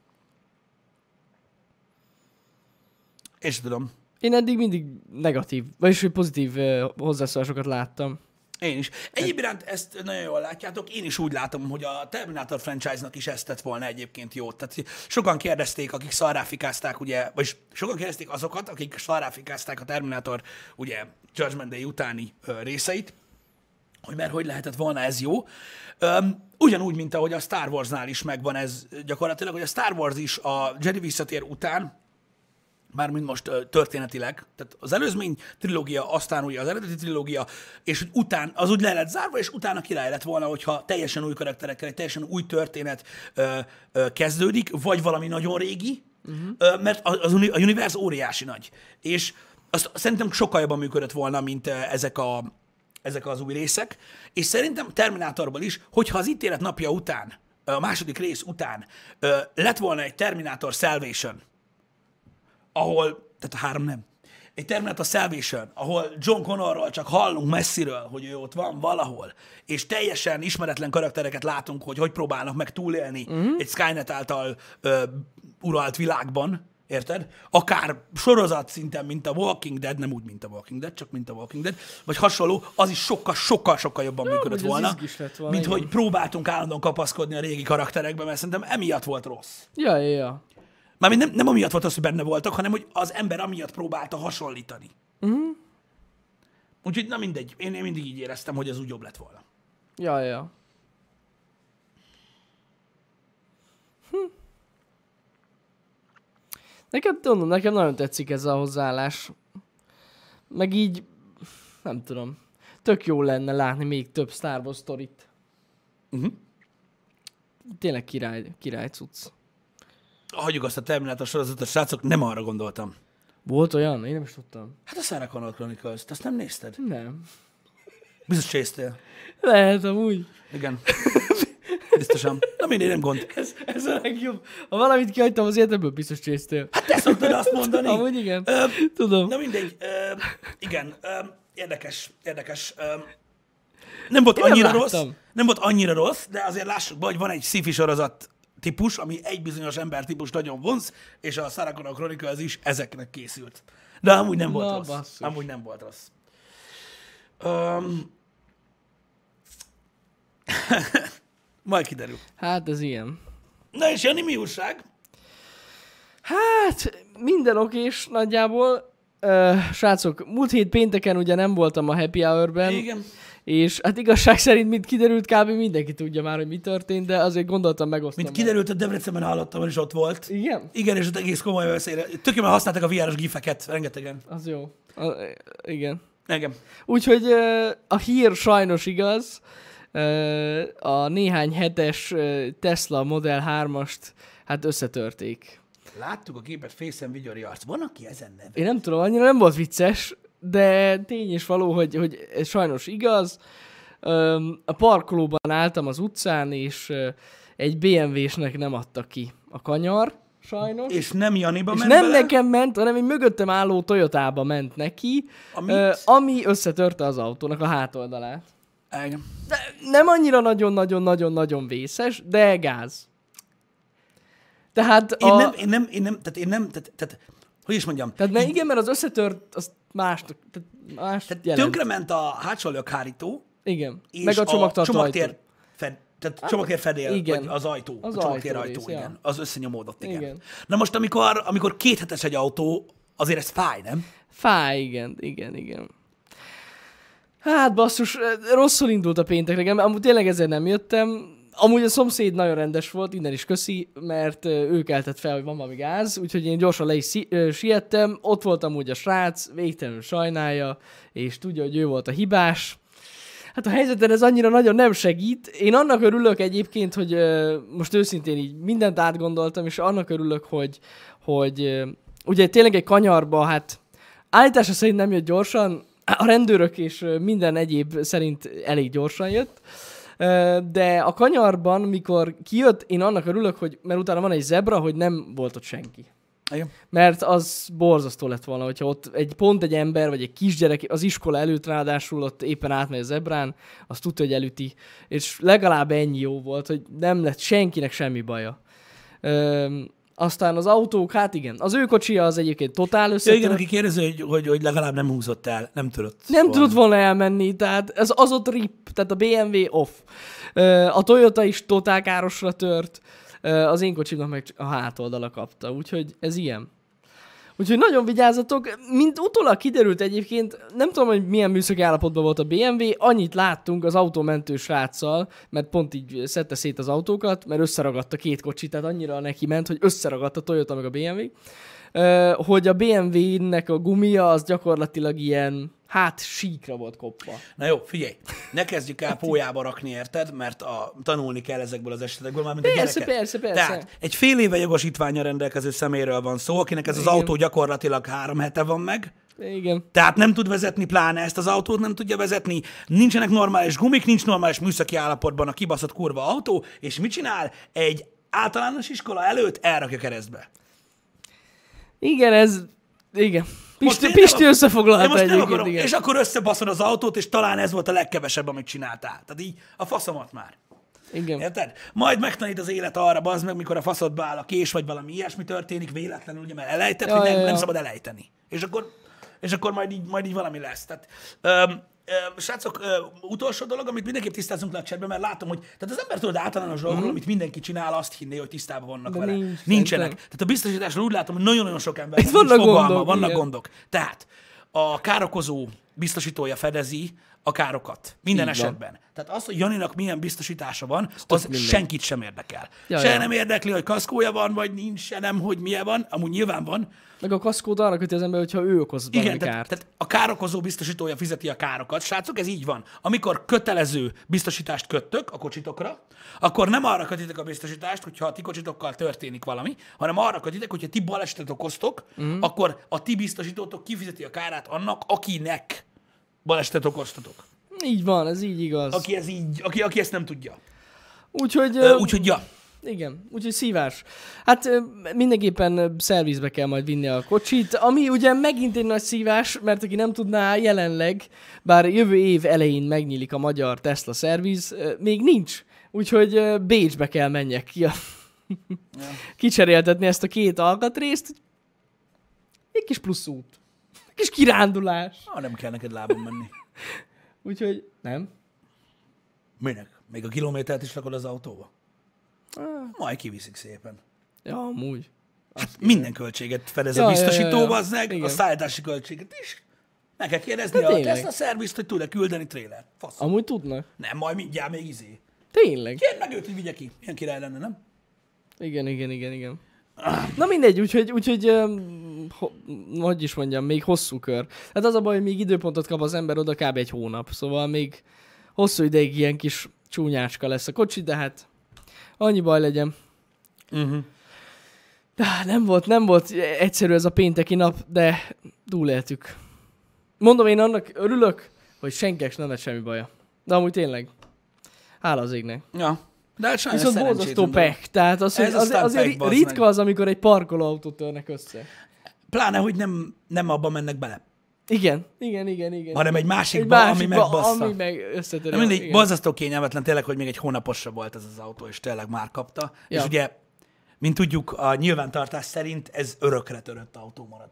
És tudom. Én eddig mindig negatív, vagyis hogy pozitív uh, hozzászólásokat láttam. Én is. Egyéb iránt ezt nagyon jól látjátok, én is úgy látom, hogy a Terminator franchise-nak is ezt tett volna egyébként jót. Tehát sokan kérdezték, akik szarráfikázták, ugye, vagy sokan kérdezték azokat, akik szarráfikázták a Terminator, ugye, Judgment Day utáni ö, részeit, hogy mert hogy lehetett volna ez jó. Üm, ugyanúgy, mint ahogy a Star Warsnál is megvan ez gyakorlatilag, hogy a Star Wars is a Jedi visszatér után, mármint most uh, történetileg, tehát az előzmény trilógia, aztán ugye az eredeti trilógia, és utána, az úgy le lett zárva, és utána király lett volna, hogyha teljesen új karakterekkel, egy teljesen új történet uh, uh, kezdődik, vagy valami nagyon régi, uh-huh. uh, mert az, a univerz óriási nagy. És azt szerintem sokkal jobban működött volna, mint uh, ezek, a, ezek az új részek, és szerintem Terminátorban is, hogyha az ítélet napja után, a második rész után uh, lett volna egy Terminator Salvation, ahol, tehát a három nem, egy Terminator Salvation, ahol John Connorról csak hallunk messziről, hogy ő ott van valahol, és teljesen ismeretlen karaktereket látunk, hogy hogy próbálnak meg túlélni uh-huh. egy Skynet által ö, uralt világban, érted? Akár sorozat szinten, mint a Walking Dead, nem úgy, mint a Walking Dead, csak mint a Walking Dead, vagy hasonló, az is sokkal, sokkal, sokkal jobban Ja, működött volna, volna, mint igen. hogy próbáltunk állandóan kapaszkodni a régi karakterekbe, mert szerintem emiatt volt rossz. Ja, ja, ja. Mármint nem, nem amiatt volt az, hogy benne voltak, hanem hogy az ember amiatt próbálta hasonlítani. Uh-huh. Úgyhogy na mindegy, én, én mindig így éreztem, hogy ez úgy jobb lett volna. Ja, ja. Hm. Nekem, tudom, nekem nagyon tetszik ez a hozzáállás. Meg így, nem tudom, tök jó lenne látni még több Star Wars sztorit. Uh-huh. Tényleg király, király cucc. Hagyjuk azt a Terminator sorozatot, srácok, nem arra gondoltam. Volt olyan? Én nem is tudtam. Hát a Sarah Connor Chronicles-t, azt nem nézted? Nem. Biztos csésztél. Lehet amúgy. Igen. Biztosan. Na mindegy, nem gond. Ez, ez a legjobb. Ha valamit kihagytam az életemből, biztos csésztél. Hát te szoktad azt mondani. Amúgy igen. Ö, Tudom. Na mindegy, ö, igen, ö, érdekes, érdekes. Ö, nem volt Én nem annyira rossz, láttam. nem volt annyira rossz, de azért lássuk be, hogy van egy sci-fi sorozat típus, ami egy bizonyos ember típus nagyon vonz, és a Sarah Connor Chronicles is ezeknek készült. De amúgy nem volt Na, rossz. basszus. Amúgy nem volt rossz. Um, majd kiderül. Hát ez ilyen. Na és Jani, mi újság? Hát, minden okés nagyjából. Ö, srácok, múlt hét pénteken ugye nem voltam a Happy Hour-ben, Igen. és hát igazság szerint, mint kiderült, kb. Mindenki tudja már, hogy mi történt, de azért gondoltam megosztom. Mint kiderült, a Debrecenben hallottam, és ott volt. Igen? Igen, és ott egész komoly veszélyre. Tök jól használták a vé er-es gifeket, rengetegen. Az jó. A, igen. Igen. Úgyhogy ö, a hír sajnos igaz. Ö, a néhány hetes ö, Tesla Model hármast hát összetörték. Láttuk a képet, fészen vigyori arc. Van, aki ezen neve? Én nem tudom, annyira nem volt vicces, de tény és való, hogy, hogy ez sajnos igaz. Öm, a parkolóban álltam az utcán, és ö, egy bé em vé-snek nem adta ki a kanyar, sajnos. És nem Janiba És ment nem bele? nekem ment, hanem egy mögöttem álló Toyotába ment neki, Amit? ö, ami összetörte az autónak a hátoldalát. Igen. De nem annyira nagyon-nagyon-nagyon-nagyon vészes, de gáz. Tehát Én a... nem, én nem, én nem, tehát én nem, tehát, tehát hogy is mondjam, Tehát mert igen, mert az összetört, az más, tehát más tehát jelent. tönkrement a hátsó lökhárító, Igen. és Meg a csomagtartó csomagtér, ajtó. fed, tehát csomagtér fedél, igen. vagy az ajtó, Az a csomagtér ajtó ajtó, rész, igen. ja. Az összenyomódott, igen. Igen. Na most, amikor, amikor kéthetes egy autó, azért ez fáj, nem? Fáj, igen, igen, igen. Hát basszus, rosszul indult a péntek reggel, mert amúgy tényleg ezért nem jöttem. Amúgy a szomszéd nagyon rendes volt, innen is köszi, mert ő keltett fel, hogy van valami gáz, úgyhogy én gyorsan le is szi- ö, siettem. Ott volt amúgy a srác, végtelenül sajnálja, és tudja, hogy ő volt a hibás. Hát a helyzeten ez annyira nagyon nem segít. Én annak örülök egyébként, hogy ö, most őszintén így mindent átgondoltam, és annak örülök, hogy, hogy ö, ugye tényleg egy kanyarba, hát állítása szerint nem jött gyorsan, a rendőrök és minden egyéb szerint elég gyorsan jött, de a kanyarban, mikor kijött, én annak örülök, hogy, mert utána van egy zebra, hogy nem volt ott senki. Igen. Mert az borzasztó lett volna, hogyha ott egy pont egy ember, vagy egy kisgyerek az iskola előtt ráadásul ott éppen átmegy a zebrán, az tudja, hogy elüti. És legalább ennyi jó volt, hogy nem lett senkinek semmi baja. Üm, aztán az autók, hát igen, az ő kocsia az egyébként totál Ja, összetört. igen, aki kérdezi, hogy, hogy, hogy legalább nem húzott el, nem tudott. Nem volna. tudott volna elmenni, tehát ez az ott rip, tehát a bé em vé off. A Toyota is totál károsra tört, az én kocsimnak meg a hátoldala kapta, úgyhogy ez ilyen. Úgyhogy nagyon vigyázzatok, mint utólag kiderült egyébként, nem tudom, hogy milyen műszaki állapotban volt a bé em vé, annyit láttunk az autómentő sráccal, mert pont így szedte szét az autókat, mert összeragadt a két kocsi, tehát annyira neki ment, hogy összeragadt a Toyota meg a bé em vé, hogy a bé em vé-nek a gumia az gyakorlatilag ilyen, hát síkra volt kopva. Na jó, figyelj, ne kezdjük el pólyába rakni, érted? Mert a, tanulni kell ezekből az esetekből, már mint a Persze, gyereket. persze, persze. Tehát egy fél éve jogosítvánnyal rendelkező személyről van szó, akinek ez az Igen. autó gyakorlatilag három hete van meg, Igen. tehát nem tud vezetni, pláne ezt az autót nem tudja vezetni, nincsenek normális gumik, nincs normális műszaki állapotban a kibaszott kurva autó, és mit csinál? Egy általános iskola előtt elrakja keresztbe. Igen, ez... Igen. Most Pisti, én Pisti nem ak- összefoglalta Én most nem egyébként, akarom, igen. és akkor összebaszod az autót, és talán ez volt a legkevesebb, amit csináltál. Tehát így a faszomat már. Igen. Érted? Majd megtanít az élet arra, bazd meg, mikor a faszodba áll a kés, vagy valami ilyesmi történik, véletlenül, ugye, mert elejtett, Ja, hogy nem, ja, ja. nem szabad elejteni. És akkor, és akkor majd, így, majd így valami lesz. Tehát, öm, öm, srácok, öm, utolsó dolog, amit mindenképp tisztázunk le a chatben, mert látom, hogy tehát az ember tudod általános dolgokról, amit mindenki csinál, azt hinné, hogy tisztában vannak De vele. nincs, Nincsenek. szerintem. Tehát a biztosításról úgy látom, hogy nagyon-nagyon sok ember Itt vannak fogalma, gondok, vannak igen. gondok. Tehát a károkozó biztosítója fedezi a károkat. Minden Így van. esetben. Tehát az, hogy Janinak milyen biztosítása van, az mindegy. senkit sem érdekel. Ja, se ja. nem érdekli, hogy kaszkója van, vagy nincs, se nem, hogy milyen van. Amúgy nyilván van. Meg a kaszkót arra köti az ember, hogyha ő okoz valami Igen, tehát, kárt. tehát a károkozó biztosítója fizeti a károkat. Srácok, ez így van. Amikor kötelező biztosítást köttök a kocsitokra, akkor nem arra kötitek a biztosítást, hogyha a ti kocsitokkal történik valami, hanem arra kötitek, hogyha ti balesetet okoztok, mm. akkor a ti biztosítótok kifizeti a kárát annak, akinek balesetet okoztatok. Így van, ez így igaz. Aki, ez így, aki, aki ezt nem tudja. Úgyhogy... Ö, ö, Úgyhogy ja. Igen, úgyhogy szívás. Hát ö, mindenképpen ö, szervizbe kell majd vinni a kocsit, ami ugye megint egy nagy szívás, mert aki nem tudná, jelenleg, bár jövő év elején megnyílik a magyar Tesla szerviz, ö, még nincs. Úgyhogy ö, Bécsbe kell menjek ki a kicseréltetni ezt a két alkatrészt. Egy kis plusz út. Egy kis kirándulás. Ah, nem kell neked lábon menni. Úgyhogy nem. Minek? Még a kilométert is rakod az autóba? Majd kiviszik szépen. Ja, amúgy. Minden költséget fedez Ja, a ja, ja, biztosító, ja. bazzeg, a Igen. szállítási költséget is. Meg kell kérdezni De a tényleg. Tesla szervizt, hogy tud-e küldeni trailer. Fasz. Amúgy tudnak. Nem, majd mindjárt még izé. Tényleg. Kérd meg őt, hogy vigye ki. Milyen király lenne, nem? Igen, igen, igen, igen. Na mindegy, úgyhogy, úgyhogy um, ho, hogy is mondjam, még hosszú kör. Hát az a baj, hogy még időpontot kap az ember oda kb. Egy hónap, szóval még hosszú ideig ilyen kis csúnyácska lesz a kocsi, de hát annyi baj legyen. Uh-huh. De nem volt, nem volt egyszerű ez a pénteki nap, de túléltük. Mondom, én annak örülök, hogy senkinek nem lett semmi baja. De amúgy tényleg. Hála az égnek. Ja. De hát sajnos Viszont borzasztó pek. Tehát az, hogy az, azért ritka az, amikor egy parkolóautót törnek össze. Pláne, hogy nem, nem abban mennek bele. Igen, igen, igen, igen. Hanem egy másikba, egy másikba ami megbassza. Ami meg összetöri. De mindig borzasztó kényelmetlen tényleg, hogy még egy hónaposra volt ez az autó, és tényleg már kapta. Ja. És ugye, mint tudjuk, a nyilvántartás szerint ez örökre törött autó marad.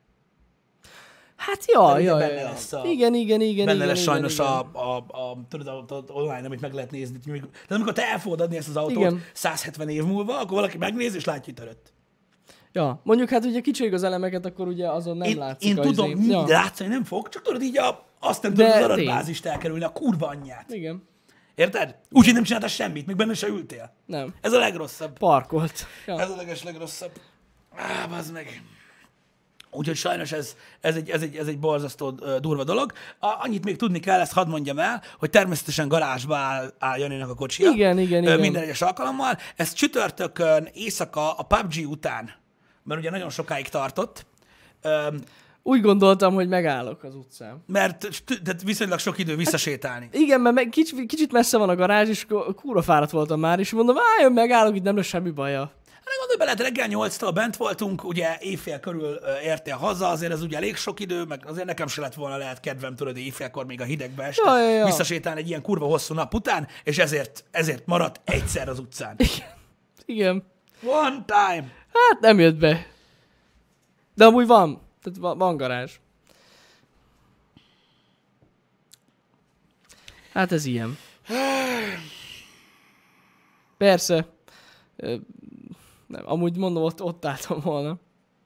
Hát ja, ja, benne ja. lesz a, igen, igen, igen. Benne igen, lesz igen, sajnos igen. A, a, a, tudod, a, a, online, amit meg lehet nézni. De amikor te el fogod adni ezt az autót igen. száz hetven év múlva, akkor valaki megnéz, és látja, hogy törött. Ja, mondjuk hát ugye kicsinyik az elemeket, akkor ugye azon nem én, látszik. Én tudom, izé. ja. látszani nem fog, csak tudod így a, azt nem tudod az adatbázist elkerülni, a kurva anyját. Igen. Érted? Úgyhogy nem csináltál semmit, még benne se ültél. Nem. Ez a legrosszabb. Parkolt. Ja. Ez a leges legrosszabb. Á, bazd meg. Úgyhogy sajnos ez, ez, egy, ez, egy, ez egy borzasztó uh, durva dolog. A, annyit még tudni kell, ezt hadd mondjam el, hogy természetesen garázsba áll, áll Janinak a kocsia. Igen, igen, uh, igen. Minden egyes alkalommal. Ez csütörtökön éjszaka a pé u bé gé után, mert ugye nagyon sokáig tartott. Um, Úgy gondoltam, hogy megállok az utcán. mert tehát viszonylag sok idő visszasétálni. Hát, igen, mert meg, kicsit, kicsit messze van a garázs, és kúra fáradt voltam már, és mondom, álljon, megállok, itt nem lesz semmi baja. Hát gondolj bele, reggel nyolctól bent voltunk, ugye éjfél körül értél haza, azért ez ugye elég sok idő, meg azért nekem se lett volna lehet kedvem, tudod, éjfélkor még a hidegbe este ja, ja, ja. visszasétálni egy ilyen kurva hosszú nap után, és ezért, ezért maradt egyszer az utcán. Igen. Igen. One time. Hát nem jött be. De amúgy van. Tehát van, van garázs. Hát ez ilyen. Persze. Nem, amúgy mondom, ott, ott álltam volna.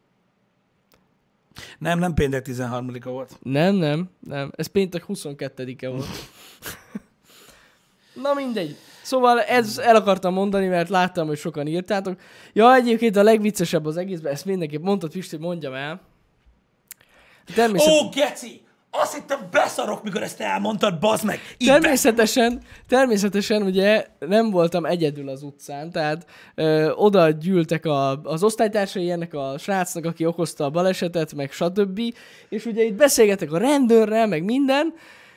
Nem, nem péntek tizenharmadika volt. Nem, nem, nem. Ez péntek huszonkettedike volt. Na mindegy. Szóval ez el akartam mondani, mert láttam, hogy sokan írtátok. Ja, egyébként a legviccesebb az egészben, ezt mindenképp mondtad, Pisti, mondjam el. Természet... Ó, geci! Azt hittem beszarok, mikor ezt elmondtad, bazd meg! Így természetesen, be... természetesen ugye nem voltam egyedül az utcán, tehát ö, oda gyűltek a, az osztálytársai ennek a srácnak, aki okozta a balesetet, meg stb. És ugye itt beszélgetek a rendőrrel, meg minden,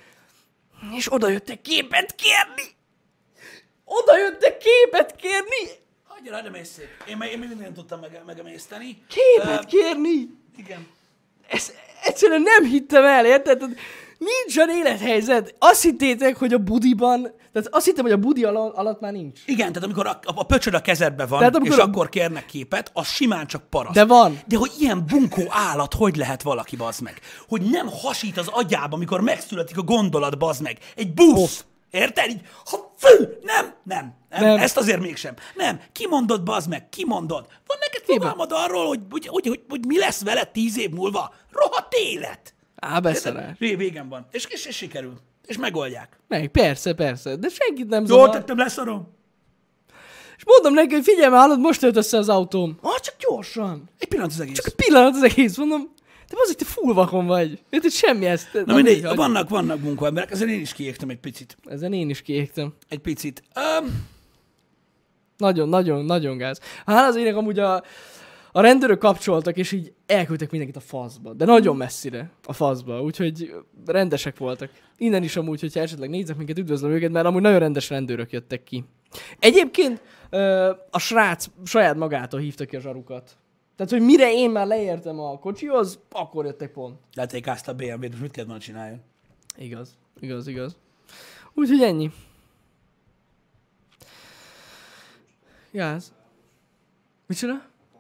és oda jöttek képet kérni! Oda jöttek képet kérni! Hagyja, hagyja mészszék. Én, én még nem tudtam meg, megemészteni. Képet uh, kérni? Igen. Ezt egyszerűen nem hittem el, érted? Nincs olyan élethelyzet. Azt hittétek, hogy a budiban, tehát azt hittem, hogy a budi alatt, alatt már nincs. Igen, tehát amikor a, a, a pöcsöd a kezedben van, tehát, és a... akkor kérnek képet, az simán csak paraszt. De van. De hogy ilyen bunkó állat, hogy lehet valaki, bazd meg? Hogy nem hasít az agyába, amikor megszületik a gondolat, bazd meg. Egy busz. Oh. Érted? Így, ha fű, nem, nem, nem, nem, ezt azért mégsem. Nem, kimondod, bazd meg, kimondod. Van neked fogalmad arról, hogy, hogy, hogy, hogy, hogy mi lesz veled tíz év múlva? Rohadt élet. Á, beszarás. Végem van. És, és, és sikerül. És megoldják. Meg, persze, persze. De senkit nem zavar. Jól tettem, leszarom. És mondom neki, hogy figyelj már, hallod, most tört össze az autóm. Ah, csak gyorsan. Egy pillanat az egész. Csak egy pillanat az egész, mondom. De azért te full vakon vagy. Érted, semmi ezt. Na mindegy, vannak, vannak munkaemberek, ezen én is kiégtem egy picit. Ezen én is kiégtem. Egy picit. Um... Nagyon, nagyon, nagyon gáz. Hát az ének amúgy a, a rendőrök kapcsoltak, és így elküldtek mindenkit a faszba. De nagyon messzire a faszba, úgyhogy rendesek voltak. Innen is amúgy, hogyha esetleg nézek minket, üdvözlöm őket, mert amúgy nagyon rendes rendőrök jöttek ki. Egyébként a srác saját magától hívta ki a zsarukat. Tehát, hogy mire én már leértem a kocsihoz, akkor jöttek pont. Letékázta a bé em vét, most mit kellett volna csináljon? Igaz, igaz, igaz. Úgyhogy ennyi. Gáz. Micsoda?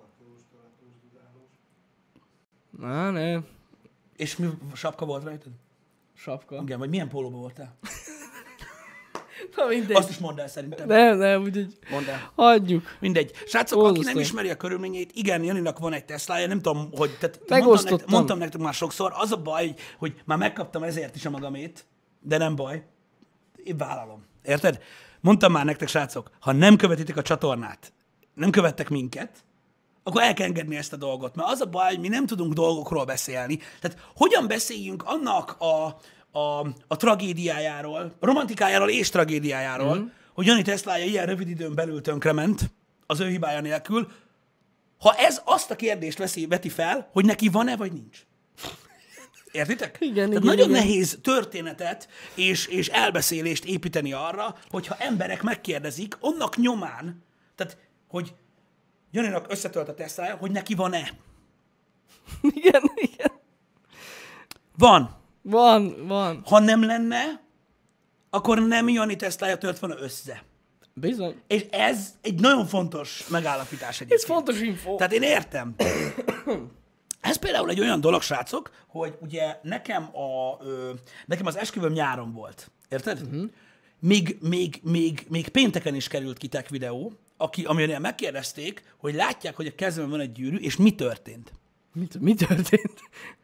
Na, nem. És mi sapka volt rajtad? Sapka. Igen, vagy milyen pólóba voltál? Na mindegy. Azt is mondd el szerintem. Nem, nem, úgyhogy mondd el. Hagyjuk. Mindegy. Srácok, Osztom. Aki nem ismeri a körülményeit, igen, Janinak van egy Teslája, nem tudom, hogy... Tehát mondtam, nektek, mondtam nektek már sokszor, az a baj, hogy, hogy már megkaptam ezért is a magamét, de nem baj. Én vállalom. Érted? Mondtam már nektek, srácok, ha nem követitek a csatornát, nem követtek minket, akkor el kell engedni ezt a dolgot. Mert az a baj, hogy mi nem tudunk dolgokról beszélni. Tehát hogyan beszéljünk annak a, a, a tragédiájáról, a romantikájáról és tragédiájáról, mm. hogy Jani Teslája ilyen rövid időn belül tönkrement, az ő hibája nélkül, ha ez azt a kérdést veszi, veti fel, hogy neki van-e vagy nincs. Értitek? Igen, Tehát igen, nagyon igen. nehéz történetet és, és elbeszélést építeni arra, hogyha emberek megkérdezik, annak nyomán, tehát, hogy Janinak összetölt a Teslája, hogy neki van-e. Igen, igen. Van. Van, van. Ha nem lenne, akkor nem Jani Teslája tört volna össze. Bizony. És ez egy nagyon fontos megállapítás egyébként. Ez fontos info. Tehát én értem. Ez például egy olyan dolog, srácok, hogy ugye nekem, a, ö, nekem az esküvőm nyáron volt. Érted? Uh-huh. Még, még, még, még pénteken is került ki tech videó, aki, amilyen megkérdezték, hogy látják, hogy a kezemben van egy gyűrű, és mi történt. Mi, mi történt?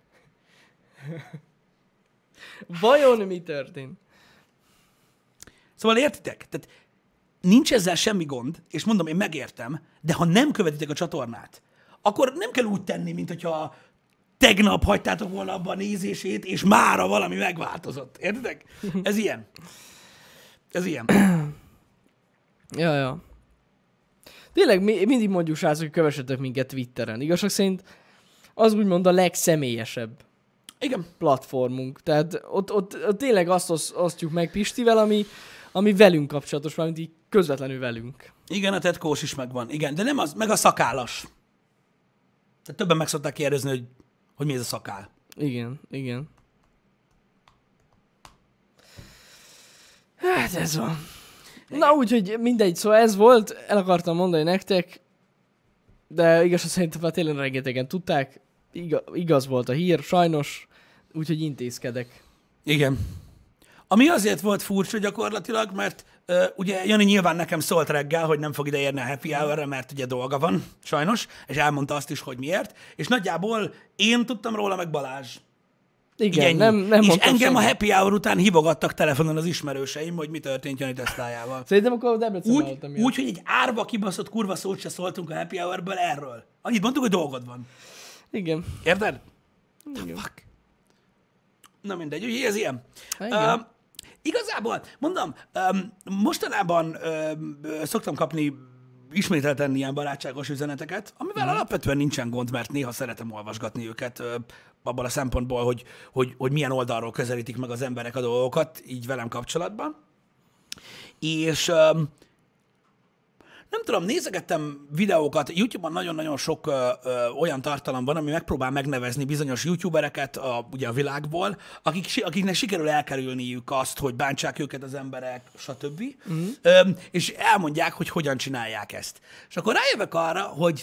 Vajon mi történt? Szóval értitek? Tehát nincs ezzel semmi gond, és mondom, én megértem, de ha nem követitek a csatornát, akkor nem kell úgy tenni, mint hogyha tegnap hagytátok volna abban a nézését, és mára valami megváltozott. Értitek? Ez ilyen. Ez ilyen. Ja, ja. Tényleg mi, mindig mondjuk, srácok, hogy kövessetek minket Twitteren. Igazság szerint az úgymond a legszemélyesebb Igen. platformunk. Tehát ott, ott, ott tényleg azt osz, osztjuk meg Pistivel, ami, ami velünk kapcsolatos, mármint így közvetlenül velünk. Igen, a tetkós is megvan. Igen, de nem az, meg a szakállas. Tehát többen meg szokták kérdezni, hogy, hogy mi ez a szakál. Igen, igen. Hát ez van. Na úgyhogy mindegy, szóval ez volt, el akartam mondani nektek, de igazság szerintem már tényleg rengetegen tudták, igaz, igaz volt a hír, sajnos, úgyhogy intézkedek. Igen. Ami azért volt furcsa gyakorlatilag, mert uh, ugye Jani nyilván nekem szólt reggel, hogy nem fog ide érni a happy hour-re, mert ugye dolga van, sajnos, és elmondta azt is, hogy miért, és nagyjából én tudtam róla, meg Balázs. Igen, nem, nem és mondtam engem senki. a happy hour után hívogattak telefonon az ismerőseim, hogy mi történt Jani Teslájával. Szerintem akkor Debrecenben Úgy, voltam. úgy, hogy egy árva kibaszott kurva szót se szóltunk a happy hour-ből erről. Annyit mondtuk, hogy dolgod van. Igen. Érted? Igen. Fuck. Na mindegy, úgyhogy ez ilyen. Igen. Uh, igazából, mondom, um, mostanában um, szoktam kapni ismételten ilyen barátságos üzeneteket, amivel mm. alapvetően nincsen gond, mert néha szeretem olvasgatni őket uh, abban a szempontból, hogy, hogy, hogy milyen oldalról közelítik meg az emberek a dolgokat, így velem kapcsolatban. És um, nem tudom, nézegettem videókat, YouTube-on nagyon-nagyon sok ö, ö, olyan tartalom van, ami megpróbál megnevezni bizonyos youtubereket a, ugye a világból, akik, akiknek sikerül elkerülniük azt, hogy bántsák őket az emberek, stb. Mm. Ö, és elmondják, hogy hogyan csinálják ezt. És akkor rájövök arra, hogy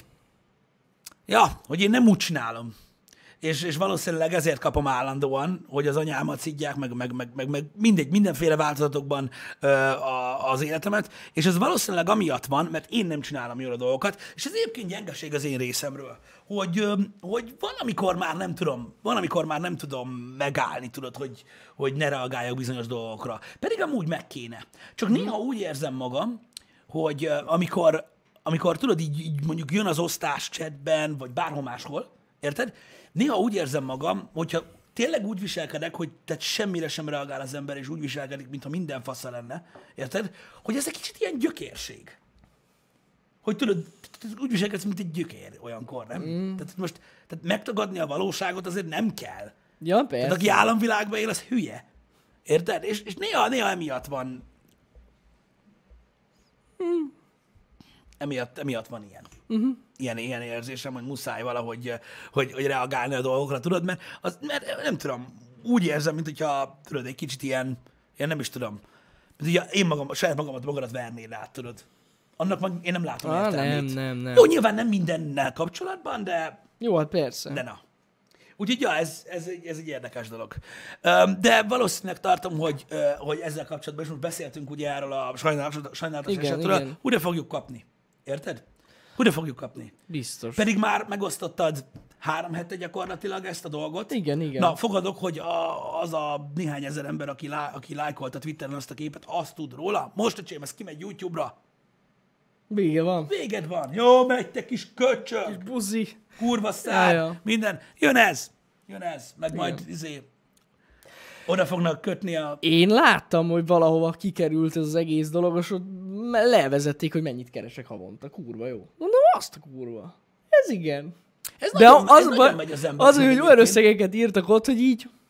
ja, hogy én nem úgy csinálom. És, és valószínűleg ezért kapom állandóan, hogy az anyámat szidják, meg, meg, meg, meg, meg mindegy, mindenféle változatokban ö, a, az életemet, és ez valószínűleg amiatt van, mert én nem csinálom jól a dolgokat, és ez egyébként gyengeség az én részemről, hogy, ö, hogy van, amikor már nem tudom, van, amikor már nem tudom megállni, tudod, hogy, hogy ne reagáljak bizonyos dolgokra. Pedig amúgy meg kéne. Csak néha úgy érzem magam, hogy ö, amikor, amikor tudod, így, így mondjuk jön az osztás chatben, vagy bárhol máshol, érted? Néha úgy érzem magam, hogyha tényleg úgy viselkedek, hogy tehát semmire sem reagál az ember, és úgy viselkedik, mintha minden fasza lenne, érted? Hogy ez egy kicsit ilyen gyökérség. Hogy tudod, úgy viselkedsz, mint egy gyökér olyankor, nem? Mm. Tehát most tehát megtagadni a valóságot azért nem kell. Ja, persze. Tehát aki államvilágban él, az hülye. Érted? És, és néha, néha emiatt van... Mm. Emiatt, emiatt van ilyen. Uh-huh. Ilyen, ilyen érzésem, hogy muszáj valahogy hogy, hogy reagálni a dolgokra, tudod, mert, az, mert nem tudom, úgy érzem, mint hogyha, tudod, egy kicsit ilyen, ilyen nem is tudom, mint hogyha én magam, saját magamat magadat vernél át, tudod. Annak meg én nem látom ah, értelmét. Nem, nem, nem. Jó, nyilván nem mindennel kapcsolatban, de... Jó, hát persze. De na. Úgyhogy ja, ez, ez, egy, ez egy érdekes dolog. De valószínűleg tartom, hogy, hogy ezzel kapcsolatban, és most beszéltünk ugye erről a sajnálatos, sajnálatos igen, esetről, igen. újra fogjuk kapni. Érted? Újra fogjuk kapni. Biztos. Pedig már megosztottad három hete gyakorlatilag ezt a dolgot. Igen, igen. Na, fogadok, hogy a, az a néhány ezer ember, aki, lá, aki lájkolta Twitteren azt a képet, azt tud róla. Most, öcsém, ez kimegy YouTube-ra. Vége van. Véged van. Jó, megy, te kis köcsög. Kis buzi. Kurva szár. Ja, ja. Minden. Jön ez. Jön ez. Meg igen. Majd izé, oda fognak kötni a... Én láttam, hogy valahova kikerült ez az egész dolog, és ott levezették, hogy mennyit keresek havonta. Kurva jó. Mondom, azt a kurva. Ez igen. Ez de nagyon, az, ez nagyon megy az ember. az, hogy olyan összegeket írtak ott, hogy így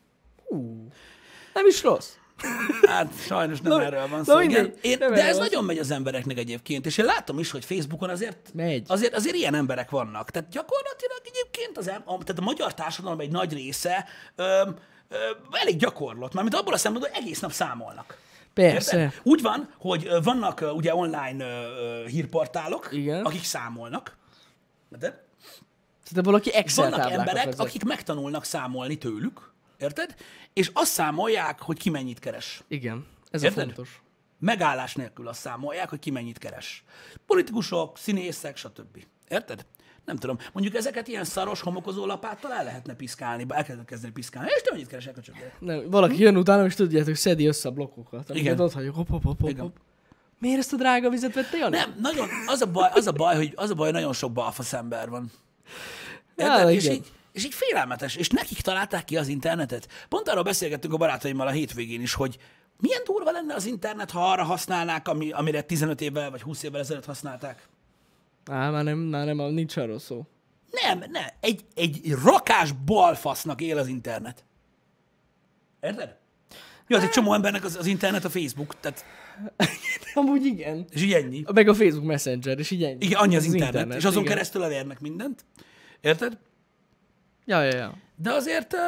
Hú, nem is rossz. Hát sajnos nem Na, erről van na szó. mindegy, Igen. Én, nem de erről ez van nagyon megy az embereknek egyébként, és én látom is, hogy Facebookon azért, Megy. azért, azért ilyen emberek vannak. Tehát gyakorlatilag egyébként az, em- a, tehát a magyar társadalom egy nagy része ö, ö, elég gyakorlott, mármint abból a szempontból, hogy egész nap számolnak. Persze. Érted? Úgy van, hogy ö, vannak ö, ugye online ö, ö, hírportálok, Igen. akik számolnak. Érted? Tehát valaki Excel Vannak táblákat emberek, vezet. akik megtanulnak számolni tőlük, érted? És azt számolják, hogy ki mennyit keres. Igen, ez a Érted? fontos. Megállás nélkül azt számolják, hogy ki mennyit keres. Politikusok, színészek, stb. Érted? Nem tudom. Mondjuk ezeket ilyen szaros, homokozó lapáttal el lehetne piszkálni, el kellene kezdeni piszkálni. És te mennyit keresek a csöpre? Nem, valaki jön utána, és tudjátok, szedi össze a blokkokat. Igen. Amiket ott hagyjuk, hop, hop, hop, hop, Igen. hop. Miért ezt a drága vizet vette, Jani? Nem, nagyon, az a baj, az a baj, hogy az a baj, hogy nagyon sok balfasz ember van. Érted? Ja, és, igen. így, és így félelmetes, és nekik találták ki az internetet. Pont arról beszélgettünk a barátaimmal a hétvégén is, hogy milyen durva lenne az internet, ha arra használnák, ami, amire tizenöt évvel vagy húsz évvel ezelőtt használták. Á, már nem, már nem, nincs arról szó. Nem, nem. Egy, egy rakás balfasznak él az internet. Érted? Jó, az egy csomó embernek az, az internet a Facebook, tehát, Amúgy igen. és így ennyi. Meg a Facebook Messenger, és így ennyi. Igen, annyi az, Ez internet, internet, és azon igen. keresztül elérnek mindent. Érted? Ja, ja, ja. De azért ö,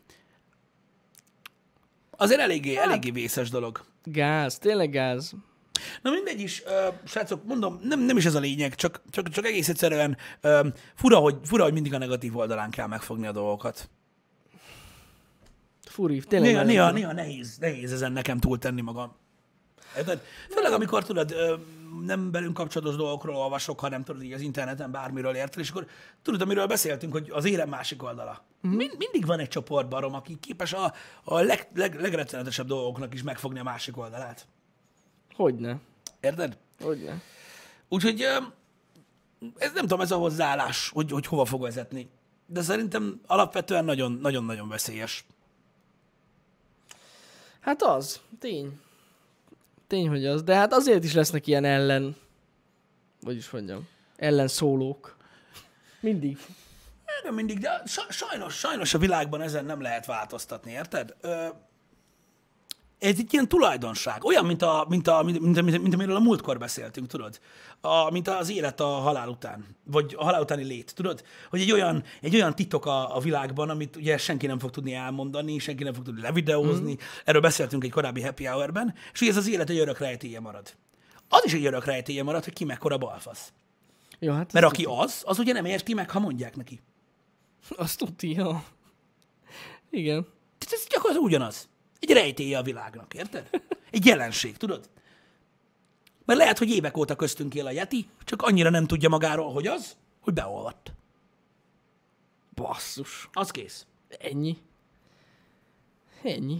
azért eléggé, eléggé vészes dolog. Gáz, tényleg gáz. Na mindegy is, uh, srácok, mondom, nem, nem is ez a lényeg, csak, csak, csak egész egyszerűen uh, fura, hogy, fura, hogy mindig a negatív oldalán kell megfogni a dolgokat. Furi, tényleg. Néha, nagyon néha, fura. néha nehéz, nehéz ezen nekem túltenni magam. Érted? Főleg, amikor tudod, ö, nem velünk kapcsolatos dolgokról olvasok, hanem tudod, így az interneten bármiről érted, és akkor tudod, amiről beszéltünk, hogy az érem másik oldala. Mhm. Mind, mindig van egy csoport barom, aki képes a, a leg, leg, legrettenetesebb dolgoknak is megfogni a másik oldalát. Hogyne. Érted? Hogyne. Úgyhogy ö, ez nem tudom, ez a hozzáállás, hogy, hogy hova fog vezetni. De szerintem alapvetően nagyon, nagyon-nagyon veszélyes. Hát az, tény. Tény, hogy az. De hát azért is lesznek ilyen ellen, hogy is mondjam, ellenszólók. Mindig. Nem mindig, de sa- sajnos, sajnos a világban ezen nem lehet változtatni, érted? Ö, ez egy ilyen tulajdonság. Olyan, mint, a, mint, a, mint, mint, mint, mint amiről a múltkor beszéltünk, tudod? A, mint az élet a halál után, vagy a halál utáni lét, tudod? Hogy egy olyan, egy olyan titok a, a világban, amit ugye senki nem fog tudni elmondani, senki nem fog tudni levideózni. Mm. Erről beszéltünk egy korábbi happy hour-ben, és hogy ez az élet egy örök rejtélye marad. Az is egy örök rejtélye marad, hogy ki mekkora balfasz. Jó, hát Mert azt aki az, az ugye nem érti meg, ha mondják neki. Azt tudti, ja. Igen. Tehát ez gyakorlatilag ugyanaz. Egy rejtélye a világnak, érted? Egy jelenség, tudod? Mert lehet, hogy évek óta köztünk él a Yeti, csak annyira nem tudja magáról, hogy az, hogy beolvadt. Basszus. Az kész. Ennyi. Ennyi.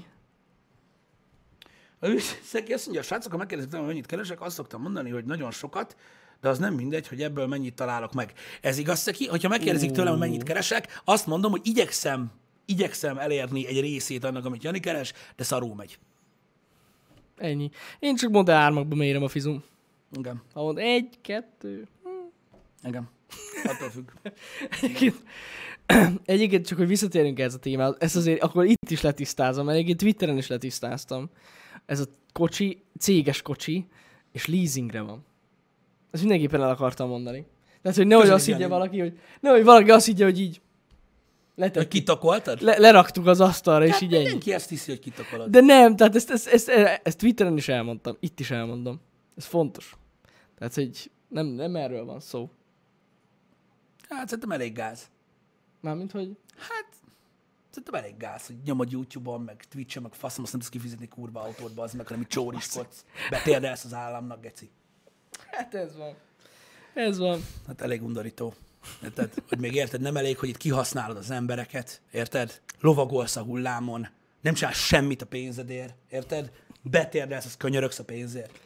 Szeki azt mondja, srácok, ha megkérdeztem, hogy mennyit keresek, azt szoktam mondani, hogy nagyon sokat, de az nem mindegy, hogy ebből mennyit találok meg. Ez igaz, Szeki? Hogyha megkérdezik tőlem, hogy mennyit keresek, azt mondom, hogy igyekszem, igyekszem elérni egy részét annak, amit Jani keres, de szarul megy. Ennyi. Én csak Monte ármakba mérem a fizum. Igen. Ha mond egy, kettő. Igen. Attól függ. Egyébként, egyébként csak, hogy visszatérünk ez a témához, ezt azért akkor itt is letisztázom, mert egyébként Twitteren is letisztáztam. Ez a kocsi, céges kocsi, és leasingre van. Ezt mindenképpen el akartam mondani. Tehát, hogy nehogy Köszönjük, azt higgye Jani. valaki, hogy nehogy valaki azt higgye, hogy így Hogy letettük, kitakoltad? le, leraktuk az asztalra, és Hát így ennyi. mindenki ezt hiszi, hogy kitakolod. De nem, tehát ezt, ezt, ezt, ezt Twitteren is elmondtam, itt is elmondom. Ez fontos. Tehát, hogy nem, nem erről van szó. Hát szerintem elég gáz. Mármint, hogy Hát, szerintem elég gáz, hogy nyomod YouTube-on, meg Twitch-en, meg faszom, azt nem tudsz kifizetni kurva autódba, az meg, hanem így csóriskodsz. Betérdelsz az államnak, geci. hát ez van. Ez van. Hát elég undorító. Érted? Hogy még érted, nem elég, hogy itt kihasználod az embereket, érted? Lovagolsz a hullámon, nem csinálsz semmit a pénzedért, érted? Betérdelsz, az könyörögsz a pénzért.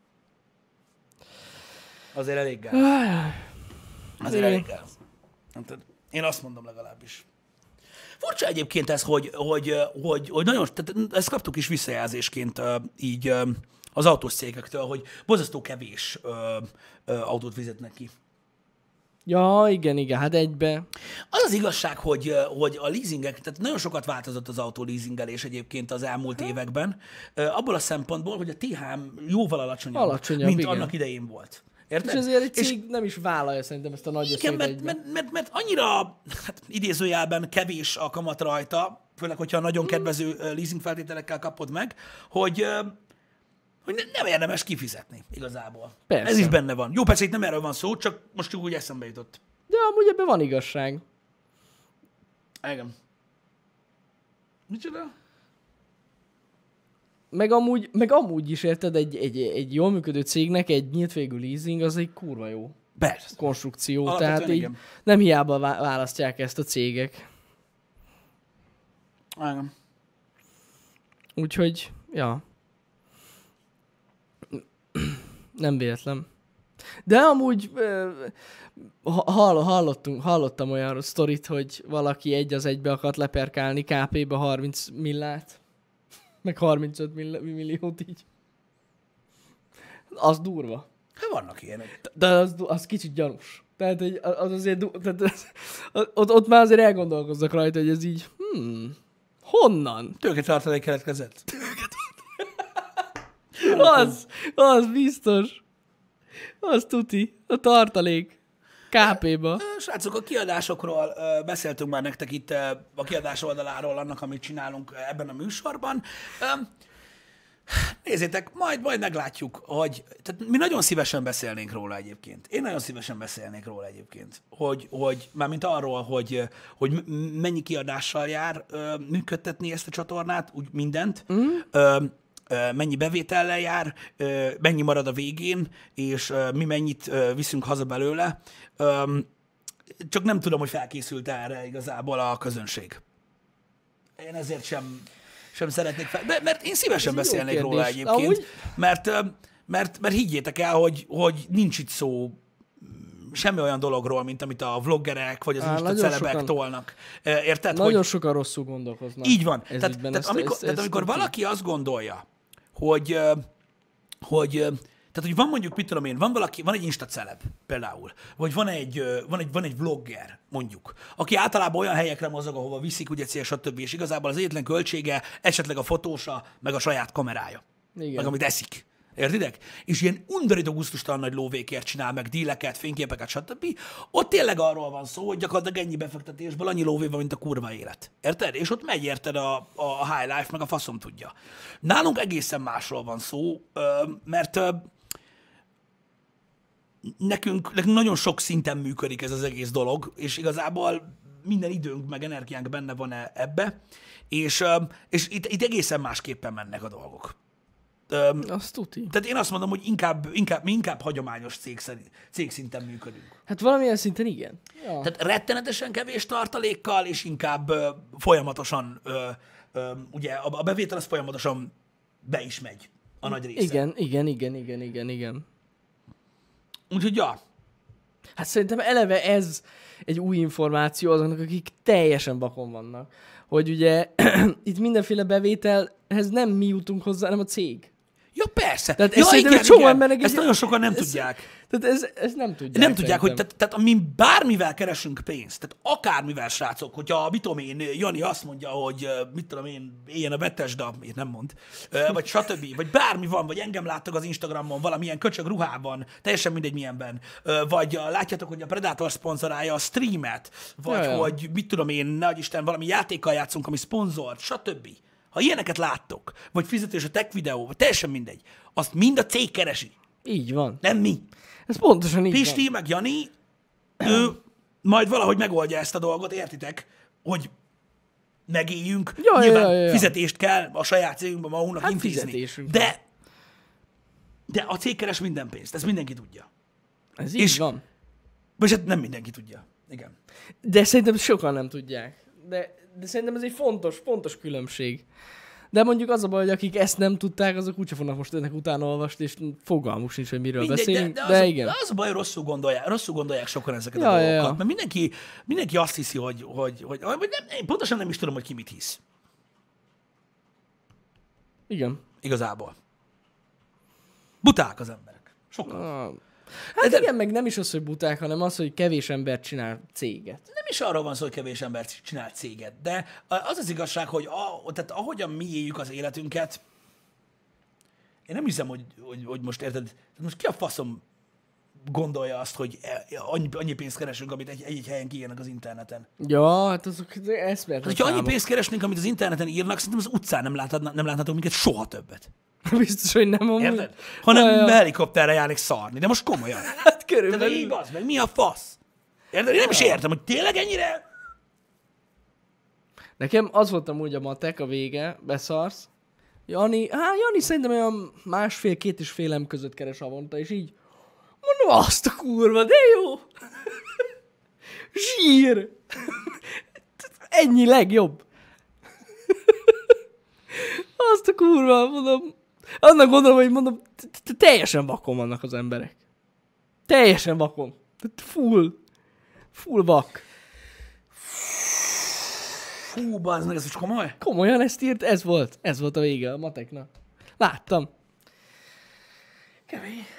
Azért elég gáz. Azért elég gáz. Érted? Én azt mondom legalábbis. Furcsa egyébként ez, hogy, hogy, hogy, hogy nagyon, tehát ezt kaptuk is visszajelzésként ö, így ö, az autós cégektől, hogy borzasztó kevés ö, ö, autót fizetnek ki. Ja, igen, igen, hát egybe. Az az igazság, hogy, ö, hogy a leasingek, tehát nagyon sokat változott az autó leasingelés egyébként az elmúlt években, ö, abból a szempontból, hogy a té há em jóval alacsonyabb, Alacsonyabb, mint igen. annak idején volt. Érted? És ezért egy cég nem is vállalja szerintem ezt a nagy Igen, összeget mert, egybe. mert, mert, mert annyira, hát idézőjelben kevés a kamat rajta, főleg, hogyha nagyon kedvező ö, leasing feltételekkel kapod meg, hogy, ö, hogy ne- nem érdemes kifizetni igazából. Persze. Ez is benne van. Jó, persze itt nem erről van szó, csak most úgy eszembe jutott. De amúgy ebben van igazság. Igen. Micsoda? Meg amúgy, meg amúgy is érted, egy, egy, egy jól működő cégnek egy nyílt végű leasing az egy kurva jó Persze. konstrukció. Alapvetően Tehát így igen. nem hiába vá- választják ezt a cégek. Igen. Úgyhogy, ja. Nem véletlen. De amúgy ö, ha- hall, hallottunk, hallottam olyan sztorit, hogy valaki egy az egybe akart leperkálni ká pé-be harminc millát, meg harmincöt mill- milliót így. Az durva. Hát vannak ilyenek. De az, az kicsit gyanús. Tehát hogy az azért, du- tehát az, ott, ott már azért elgondolkoznak rajta, hogy ez így, hmm, honnan? Tőketartalék keletkezett. Az, az biztos. Az tuti. A tartalék. ká pé-ba. Srácok, a kiadásokról ö, beszéltünk már nektek itt ö, a kiadás oldaláról, annak, amit csinálunk ebben a műsorban. Ö, Nézzétek, majd, majd meglátjuk, hogy tehát mi nagyon szívesen beszélnénk róla egyébként. Én nagyon szívesen beszélnék róla egyébként, hogy, hogy mármint arról, hogy, hogy m- mennyi kiadással jár ö, működtetni ezt a csatornát, úgy mindent, mm. ö, ö, mennyi bevétellel jár, ö, mennyi marad a végén, és ö, mi mennyit ö, viszünk haza belőle. Ö, csak nem tudom, hogy felkészült erre igazából a közönség. Én ezért sem, sem szeretnék fel, de, mert én szívesen Ez egy jó beszélnék róla kérdés. egyébként, Amúgy- mert, ö, mert, mert higgyétek el, hogy, hogy nincs itt szó semmi olyan dologról, mint amit a vloggerek vagy az Á, Insta nagyon celebek sokan- tolnak. Ö, Érted? Nagyon hogy sokan rosszul gondolkoznak. így van. Ez Tehát, ügyben. tehát, Ezt- amikor, ezt- tehát ezt amikor tuti. valaki azt gondolja, hogy, ö, hogy ö, tehát, hogy van mondjuk, mit tudom én, van valaki, van egy Insta celeb például, vagy van egy, ö, van egy, van egy vlogger, mondjuk, aki általában olyan helyekre mozog, ahova viszik, ugye cél, stb. És igazából az egyetlen költsége esetleg a fotósa, meg a saját kamerája, Igen. meg amit eszik. Értitek? És ilyen undorító gusztustalan nagy lóvékért csinál, meg díleket, fényképeket, stb. Ott tényleg arról van szó, hogy gyakorlatilag ennyi befektetésből annyi lóvé van, mint a kurva élet. Érted? És ott megy érted a, a high life, meg a faszom tudja. Nálunk egészen másról van szó, ö, mert ö, nekünk, nekünk nagyon sok szinten működik ez az egész dolog, és igazából minden időnk, meg energiánk benne van e- ebbe, és, ö, és itt, itt egészen másképpen mennek a dolgok. Öm, Azt tuti. tehát én azt mondom, hogy inkább, inkább, mi inkább hagyományos cég, szerint- cégszinten működünk. Hát valamilyen szinten igen. Ja. Tehát rettenetesen kevés tartalékkal, és inkább ö, folyamatosan, ö, ö, ugye a, a bevétel az folyamatosan be is megy a nagy része. Igen, igen, igen, igen, igen, igen. Úgyhogy ja, Hát szerintem eleve ez egy új információ azoknak, akik teljesen bakon vannak. Hogy ugye itt mindenféle bevételhez nem mi jutunk hozzá, hanem a cég. ja persze. Tehát ja, ezt szerintem egy csomó embernek ezt egy- nagyon sokan nem ez- tudják. Tehát ez, ez nem tudják. Nem tudják, hogy szerintem. tehát, tehát mi bármivel keresünk pénzt, tehát akármivel, srácok, hogyha, mit tudom én, Jani azt mondja, hogy ö, mit tudom én, éljen a Betesda, én nem mond, ö, vagy stb., vagy bármi van, vagy engem láttok az Instagramon valamilyen köcsög ruhában, teljesen mindegy milyenben, ö, vagy a, látjátok, hogy a Predator szponzorálja a streamet, vagy Ja, ja. hogy mit tudom én, nehogy Isten, valami játékkal játszunk, ami szponzort, stb. Ha ilyeneket láttok, vagy fizetés a tech videó, vagy teljesen mindegy, azt mind a cég keresi, Így van. nem mi. Ez pontosan így Pisti, van. meg Jani, ő majd valahogy megoldja ezt a dolgot, értitek, hogy megéljünk. Ja, Nyilván ja, ja, ja. fizetést kell a saját cégünkben magunknak Hát intézni. fizetésünk De, de a cég keres minden pénzt, ezt mindenki tudja. Ez így És- van. Vagy hát nem mindenki tudja. Igen. De szerintem sokan nem tudják. De, de szerintem ez egy fontos, fontos különbség. De mondjuk az a baj, hogy akik ezt nem tudták, azok úgyse fognak most ennek utána olvasni, és fogalmuk sincs, hogy miről Mindegy, beszélünk. de, De, de, az, de a, igen. de az a baj, hogy rosszul gondolják, rosszul gondolják sokan ezeket Ja, a ja, dolgokat. ja. Mert mindenki, mindenki azt hiszi, hogy, hogy, hogy, hogy nem, én pontosan nem is tudom, hogy ki mit hisz. Igen. Igazából. Buták az emberek. Sokan. Ah, Hát De- igen, meg nem is az, hogy buták, hanem az, hogy kevés ember csinál céget. Nem is arról van szó, hogy kevés ember csinál céget, de az az igazság, hogy a, tehát ahogyan mi éljük az életünket, én nem hiszem, hogy, hogy, hogy most érted, tehát most ki a faszom gondolja azt, hogy annyi, annyi pénzt keresünk, amit egy, egy helyen kiírnak az interneten. Ja, hát azok eszméletlen Hát, hogyha annyi számok. pénzt keresnénk, amit az interneten írnak, szerintem az utcán nem, láthatna, nem láthatunk minket soha többet. Biztos, hogy nem amúgy. Érted? Hanem Ja, ja. helikopterre járnék szarni, de most komolyan. Hát Tehát körülbelül. így az meg, mi a fasz? Érted? Én nem is értem, hogy tényleg ennyire... Nekem az volt amúgy a matek a vége, beszarsz. Jani, hát Jani szerintem olyan másfél-két és félem között keres havonta, és így mondom, azt a kurva, de jó. Zsír. Ennyi legjobb. Azt a kurva, mondom. Annak gondolom, hogy mondom, t- t- teljesen vakon vannak az emberek. Teljesen vakon. Tehát full. Full vak. Fú, bazd meg, ez most komoly? Komolyan ezt írt, ez volt. Ez volt a vége a mateknak. Láttam. Kemény.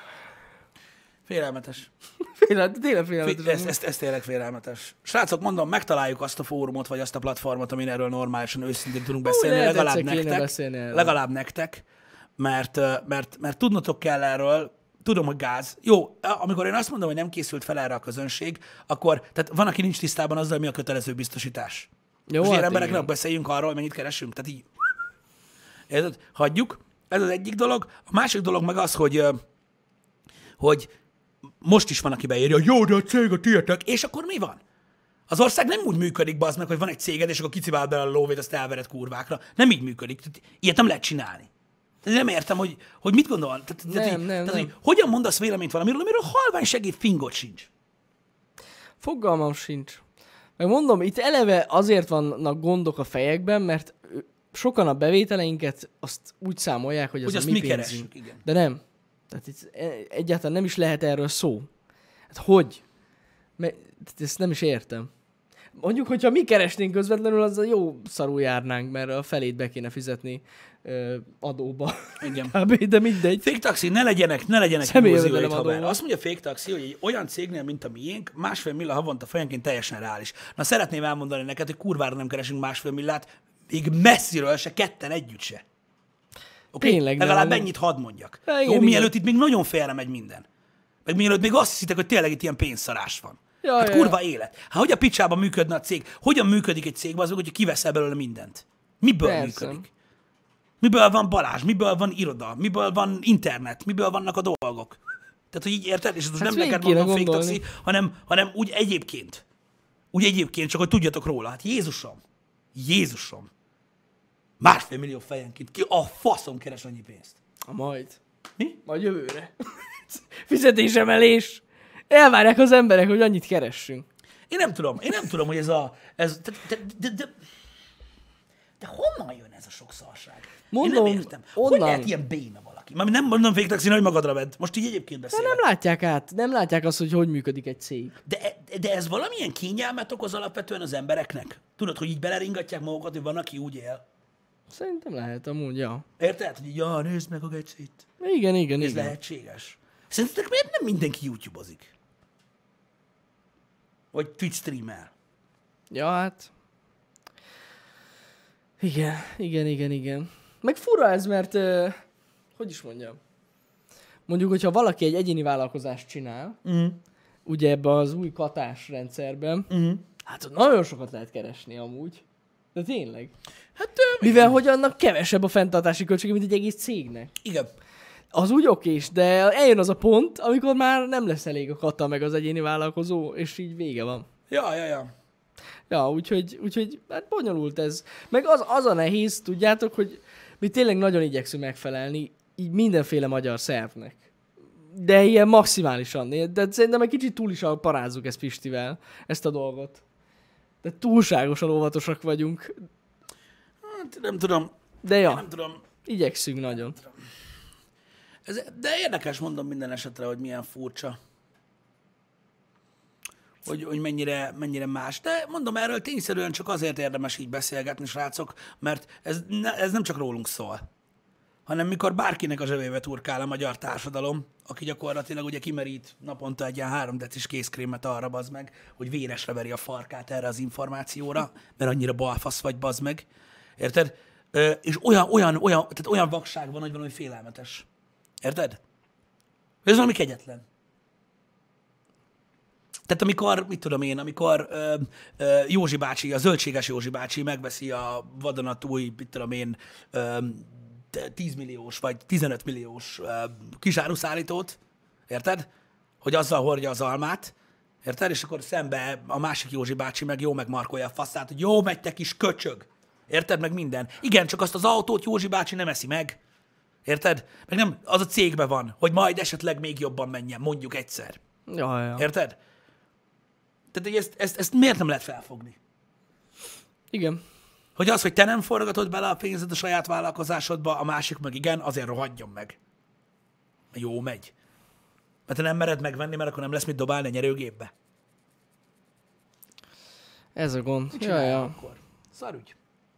Félelmetes. Félelmet, tényleg félelmetes. Ez, ez, ez tényleg félelmetes. Srácok, mondom, megtaláljuk azt a fórumot, vagy azt a platformot, amin erről normálisan, őszintén tudunk beszélni, lehet, legalább egyszer kéne nektek. beszélni erről. Legalább nektek, mert, ö, mert, mert tudnotok kell erről, tudom, hogy gáz. Jó, amikor én azt mondom, hogy nem készült fel erre a közönség, akkor, tehát van, aki nincs tisztában azzal, mi a kötelező biztosítás. Jó, Most ilyen hát embereknek igen. beszéljünk arról, hogy mennyit keresünk. Tehát így. Érted? Hagyjuk. Ez az egyik dolog. A másik dolog meg az, hogy, ö, hogy most is van, aki beírja, jó, de a cég a tietek, és akkor mi van? Az ország nem úgy működik, bazd meg, hogy van egy céged, és akkor kicibál bele a lóvét, azt elvered kurvákra. Nem így működik. Tehát ilyet nem lehet csinálni. Tehát nem értem, hogy, hogy mit gondol. Tehát, tehát, Nem, így- nem, tehát, nem. hogy hogyan mondasz véleményt valamiről, amiről halvány segéd fingot sincs. Fogalmam sincs. Meg mondom, itt eleve azért vannak gondok a fejekben, mert ő- sokan a bevételeinket azt úgy számolják, hogy az Hogy a azt mi mi pénzünk. keressük, igen. De nem. Tehát itt e- egyáltalán nem is lehet erről szó. Hát hogy? Mert ezt nem is értem. Mondjuk, hogyha mi keresnénk közvetlenül, az a jó szarul járnánk, mert a felét be kéne fizetni ö, adóba. Igen. Kb. De mindegy. Fake taxi, ne legyenek, ne legyenek Személyjövedelem illúzióid, haver. adóval. Azt mondja Fake taxi, hogy egy olyan cégnél, mint a miénk, másfél milla havonta fejenként teljesen reális. Na szeretném elmondani neked, hogy kurvára nem keresünk másfél millát, még messziről se, ketten együtt se. Oké? Tényleg nem. Legalább ennyit hadd mondjak. Há, Jó, igen, igen. mielőtt itt még nagyon félre megy minden. Meg mielőtt még azt hiszitek, hogy tényleg itt ilyen pénzszarás van. Ja, hát ja, kurva ja. élet. Hát hogy a picsában működne a cég? Hogyan működik egy cég, az meg, hogyha kiveszel belőle mindent? Miből Persze. működik? Miből van Balázs? Miből van iroda? Miből van internet? Miből vannak a dolgok? Tehát, hogy így érted? És ez most Hát nem végig neked kéne mondom fake gondolni. taxi, hanem, hanem úgy egyébként. Úgy egyébként, csak hogy tudjatok róla. Hát Jézusom. Jézusom. Másfél millió fejenként. Ki a faszom keres annyi pénzt? A majd. Mi? Majd jövőre. Fizetésemelés. Elvárják az emberek, hogy annyit keressünk. Én nem tudom. Én nem tudom, hogy ez a... Ez, de, de, de, de, de honnan jön ez a sok szarság? Mondom, Én nem értem. onnan. Hogy lehet ilyen béna valaki? Már nem mondom fake taxi, hogy magadra vedd. Most így egyébként De beszélek. nem látják át, nem látják azt, hogy hogy működik egy cég. De, de ez valamilyen kényelmet okoz alapvetően az embereknek? Tudod, hogy így beleringatják magukat, hogy van, aki úgy él? Szerintem lehet amúgy, ja. Érted? Hogy így, ja, nézd meg a gecit. Igen, igen, Ez igen. lehetséges. Szerintetek miért nem mindenki YouTube-ozik? Vagy Twitch streamel? Ja, hát... Igen, igen, igen, igen. Meg fura ez, mert... Uh, hogy is mondjam? Mondjuk, hogyha valaki egy egyéni vállalkozást csinál, Mm. ugye ebbe az új katás rendszerben, Mm. hát ott nagyon sokat lehet keresni amúgy. De tényleg. Hát, ö, Mivel, hogy annak kevesebb a fenntartási költsége, mint egy egész cégnek. igen. Az úgy okés, de eljön az a pont, amikor már nem lesz elég a kata meg az egyéni vállalkozó, és így vége van. Ja, ja, ja. Ja, úgyhogy, úgyhogy hát bonyolult ez. Meg az, az a nehéz, tudjátok, hogy mi tényleg nagyon igyekszünk megfelelni így mindenféle magyar szervnek. De ilyen maximálisan. De szerintem egy kicsit túl is parázzuk ezt Pistivel, ezt a dolgot. De túlságosan óvatosak vagyunk. Hát, nem tudom. De Én ja, nem tudom. igyekszünk nagyon. Ez, de érdekes, mondom minden esetre, hogy milyen furcsa. Hogy, hogy mennyire, mennyire más. De mondom, erről tényszerűen csak azért érdemes így beszélgetni, srácok, mert ez, ne, ez nem csak rólunk szól. hanem mikor bárkinek a zsebébe turkál a magyar társadalom, aki gyakorlatilag ugye kimerít naponta egy ilyen három decis kézkrémet arra, bazd meg, hogy véresre veri a farkát erre az információra, mert annyira balfasz vagy, bazd meg. Érted? Ö, és olyan, olyan, olyan, tehát olyan vakság van, hogy valami félelmetes. Érted? Ez valami kegyetlen. Tehát amikor, mit tudom én, amikor ö, ö, Józsi bácsi, a zöldséges Józsi bácsi megveszi a vadonatúj, mit tudom én, ö, tíz milliós vagy tizenöt milliós ö, kisáruszállítót, érted? Hogy azzal hordja az almát, érted? És akkor szembe a másik Józsi bácsi meg jó megmarkolja a faszát, hogy jó, megy te kis köcsög. Érted? Meg minden. Igen, csak azt az autót Józsi bácsi nem eszi meg. Érted? Meg nem, az a cégben van, hogy majd esetleg még jobban menjen, mondjuk egyszer. Ja, ja. Érted? Tehát hogy ezt, ezt, ezt miért nem lehet felfogni? Igen. Hogy az, hogy te nem forgatod bele a pénzed a saját vállalkozásodba, a másik meg igen, azért rohadjon meg. Jó, megy. Mert te nem mered megvenni, mert akkor nem lesz mit dobálni a nyerőgépbe. Ez a gond. Mit Ja, csinálják ja. akkor? Szarügy.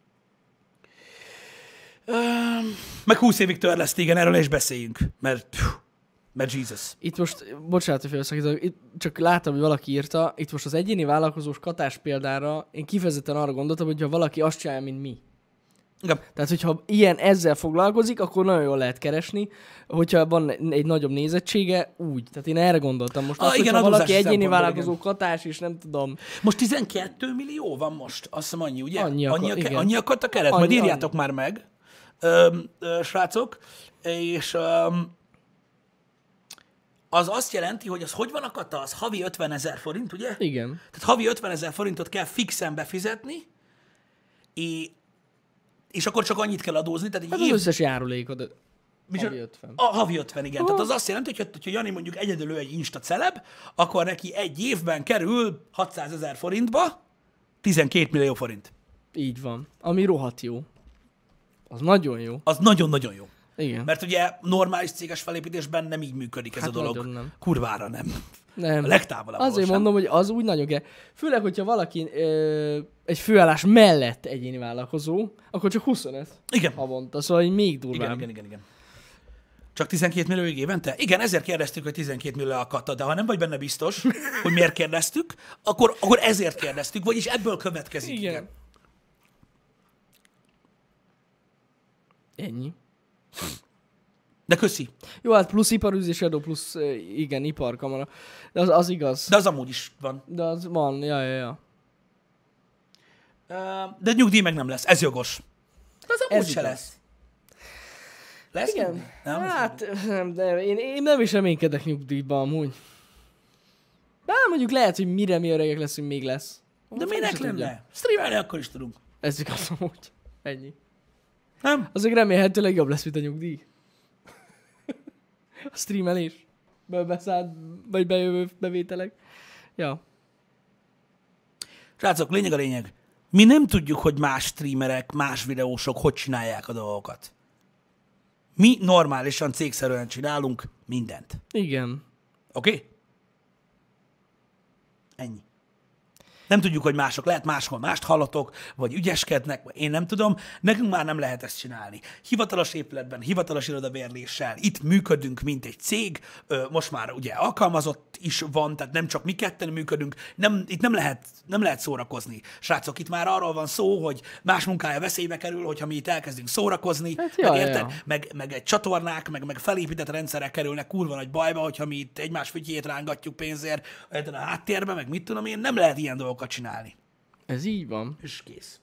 Öm, meg húsz évig törleszt, igen, erről is beszéljünk. Mert, pff, mert Jesus. Itt most, bocsánat, hogy félszakítok, itt csak láttam, hogy valaki írta, itt most az egyéni vállalkozós katás példára én kifejezetten arra gondoltam, hogy ha valaki azt csinálja, mint mi. Igen. Tehát, hogyha ilyen ezzel foglalkozik, akkor nagyon jól lehet keresni, hogyha van egy nagyobb nézettsége, úgy. Tehát én erre gondoltam most. Ah, Azt, igen, hogyha valaki adózási egyéni szempontból, vállalkozó igen. katás, és nem tudom. Most tizenkét millió van most, azt hiszem annyi, ugye? Annyi akar- annyi, a, igen. annyi akart a keret, Annyi, majd írjátok már meg, ö, ö, srácok, és ö, az azt jelenti, hogy az hogy van a kata, az havi ötvenezer forint, ugye? Igen. Tehát havi ötvenezer forintot kell fixen befizetni, és, és akkor csak annyit kell adózni, tehát egy Hát az év... összes járulékod. Mi havi csak- ötven. A havi ötven, igen. Aha. Tehát az azt jelenti, hogy ha Jani mondjuk egyedül ő egy Insta celeb, akkor neki egy évben kerül hatszázezer forintba tizenkét millió forint. Így van. Ami rohadt jó. Az nagyon jó. Az nagyon-nagyon jó. Igen. Mert ugye normális céges felépítésben nem így működik ez Hát a dolog. nagyon nem. Kurvára nem. Nem. A legtávolabb. Azért mondom, hogy az úgy nagyon kell. Főleg, hogyha valaki ö, egy főállás mellett egyéni vállalkozó, akkor csak huszonöt Igen. havonta, szóval így még durvább. Igen, igen, igen, igen. Csak tizenkét millió évente? Igen, ezért kérdeztük, hogy tizenkét millió a kata, de ha nem vagy benne biztos, hogy miért kérdeztük, akkor, akkor ezért kérdeztük, vagyis ebből következik. Igen. Igen. Ennyi. De köszi. Jó, hát plusz iparűzési adó, plusz ö, igen, iparkamara. De az, az igaz. De az amúgy is van. De az van, ja, ja, ja. Ö, De nyugdíj meg nem lesz. Ez jogos. De az amúgy Ez se igaz. lesz. Lesz Igen. nyugdíj? Nem? Hát, nem, de én, én nem is reménykedek nyugdíjba amúgy. Bár mondjuk lehet, hogy mire mi öregek leszünk, még lesz. De Franc minek se tudja. lenne? Streamelni akkor is tudunk. Ez igaz amúgy. Ennyi. Nem? Azért remélhetőleg jobb lesz, mint a nyugdíj. A streamelés. Bebeszállt, vagy bejövő bevételek. Ja. Srácok, lényeg a lényeg. Mi nem tudjuk, hogy más streamerek, más videósok hogy csinálják a dolgokat. Mi normálisan, cégszerűen csinálunk mindent. Igen. Oké? Okay? Ennyi. Nem tudjuk, hogy mások. Lehet máshol mást hallatok, vagy ügyeskednek, vagy én nem tudom. Nekünk már nem lehet ezt csinálni. Hivatalos épületben, hivatalos irodabérléssel itt működünk, mint egy cég. Ö, Most már ugye alkalmazott is van, tehát nem csak mi ketten működünk. Nem, itt nem lehet, nem lehet szórakozni. Srácok, itt már arról van szó, hogy más munkája veszélybe kerül, hogyha mi itt elkezdünk szórakozni. Hát ja, meg, ja, érted? ja. Meg, meg egy csatornák, meg, meg felépített rendszerek kerülnek kurva nagy bajba, hogyha mi itt egymás fütyét rángatjuk pénzért érted, a háttérbe, meg mit tudom én, nem lehet ilyen dolgokat csinálni. Ez így van. És kész.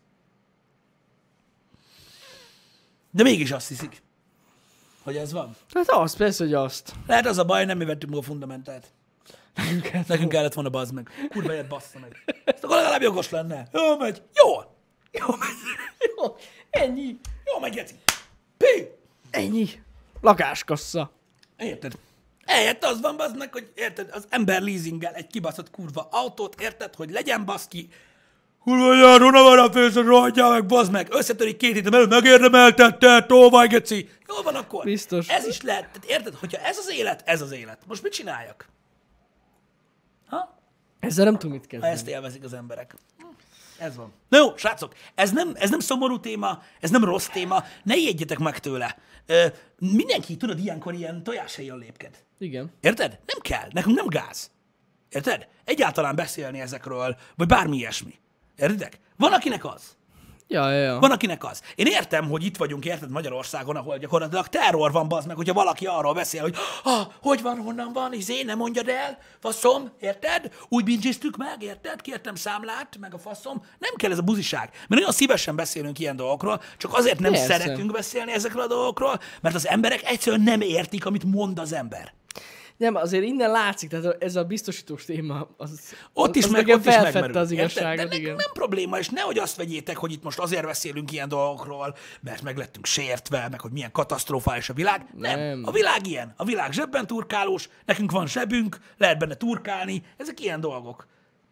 De mégis azt hiszik, hogy ez van. Hát az, persze, hogy azt. Lehet az a baj, nem mi vettünk meg a fundamentát. Nekünk kellett volna bazd meg. Kurva élet bassza meg. Ezt akkor legalább jogos lenne. Jó megy. Jó. Jó megy. Jó, ennyi. Jó megy, Geci. Pi. Ennyi. Lakáskassa. Érted? Eljött az van, bazd meg, hogy érted, az ember leasinggel egy kibaszott kurva autót, érted, hogy legyen baszki, kurva járó, nem van a pénzed, rohadjál meg, bazd meg, összetörik két héten belül, megérdemeltette, tolvaj, geci. Jól van akkor. Biztos. Ez is lehet, tehát érted, hogyha ez az élet, ez az élet. Most mit csináljak? Ha? Ezzel nem tudom mit Ha kezdeni. ezt élvezik az emberek. Ez van. Na jó, srácok, ez nem, ez nem szomorú téma, ez nem rossz téma, ne ijedjetek meg tőle. Ö, mindenki, tudod, ilyenkor ilyen tojáshelyen lépked. Igen. Érted? Nem kell, nekünk nem gáz. Érted? Egyáltalán beszélni ezekről, vagy bármi ilyesmi. Értedek? Van, akinek az. Ja, ja, ja. Van, akinek az. Én értem, hogy itt vagyunk, érted, Magyarországon, ahol gyakorlatilag terror van, bazd meg, hogyha valaki arról beszél, hogy ah, hogy van, honnan van, izé, ne mondjad el, faszom, érted? Úgy bincsiztük meg, érted? Kértem számlát, meg a faszom. Nem kell ez a buziság. Mert nagyon szívesen beszélünk ilyen dolgokról, csak azért nem Persze. szeretünk beszélni ezekről a dolgokról, mert az emberek egyszerűen nem értik, amit mond az ember. Nem, azért innen látszik, tehát ez a biztosítós téma, az, Ott is az meg, nekem ott is felfedte megmerül. az Érted? igazságot, De igen. nekünk nem probléma, és nehogy azt vegyétek, hogy itt most azért beszélünk ilyen dolgokról, mert meg lettünk sértve, meg hogy milyen katasztrofális a világ. Nem. Nem. A világ ilyen. A világ zsebben turkálós, nekünk van zsebünk, lehet benne turkálni, ezek ilyen dolgok.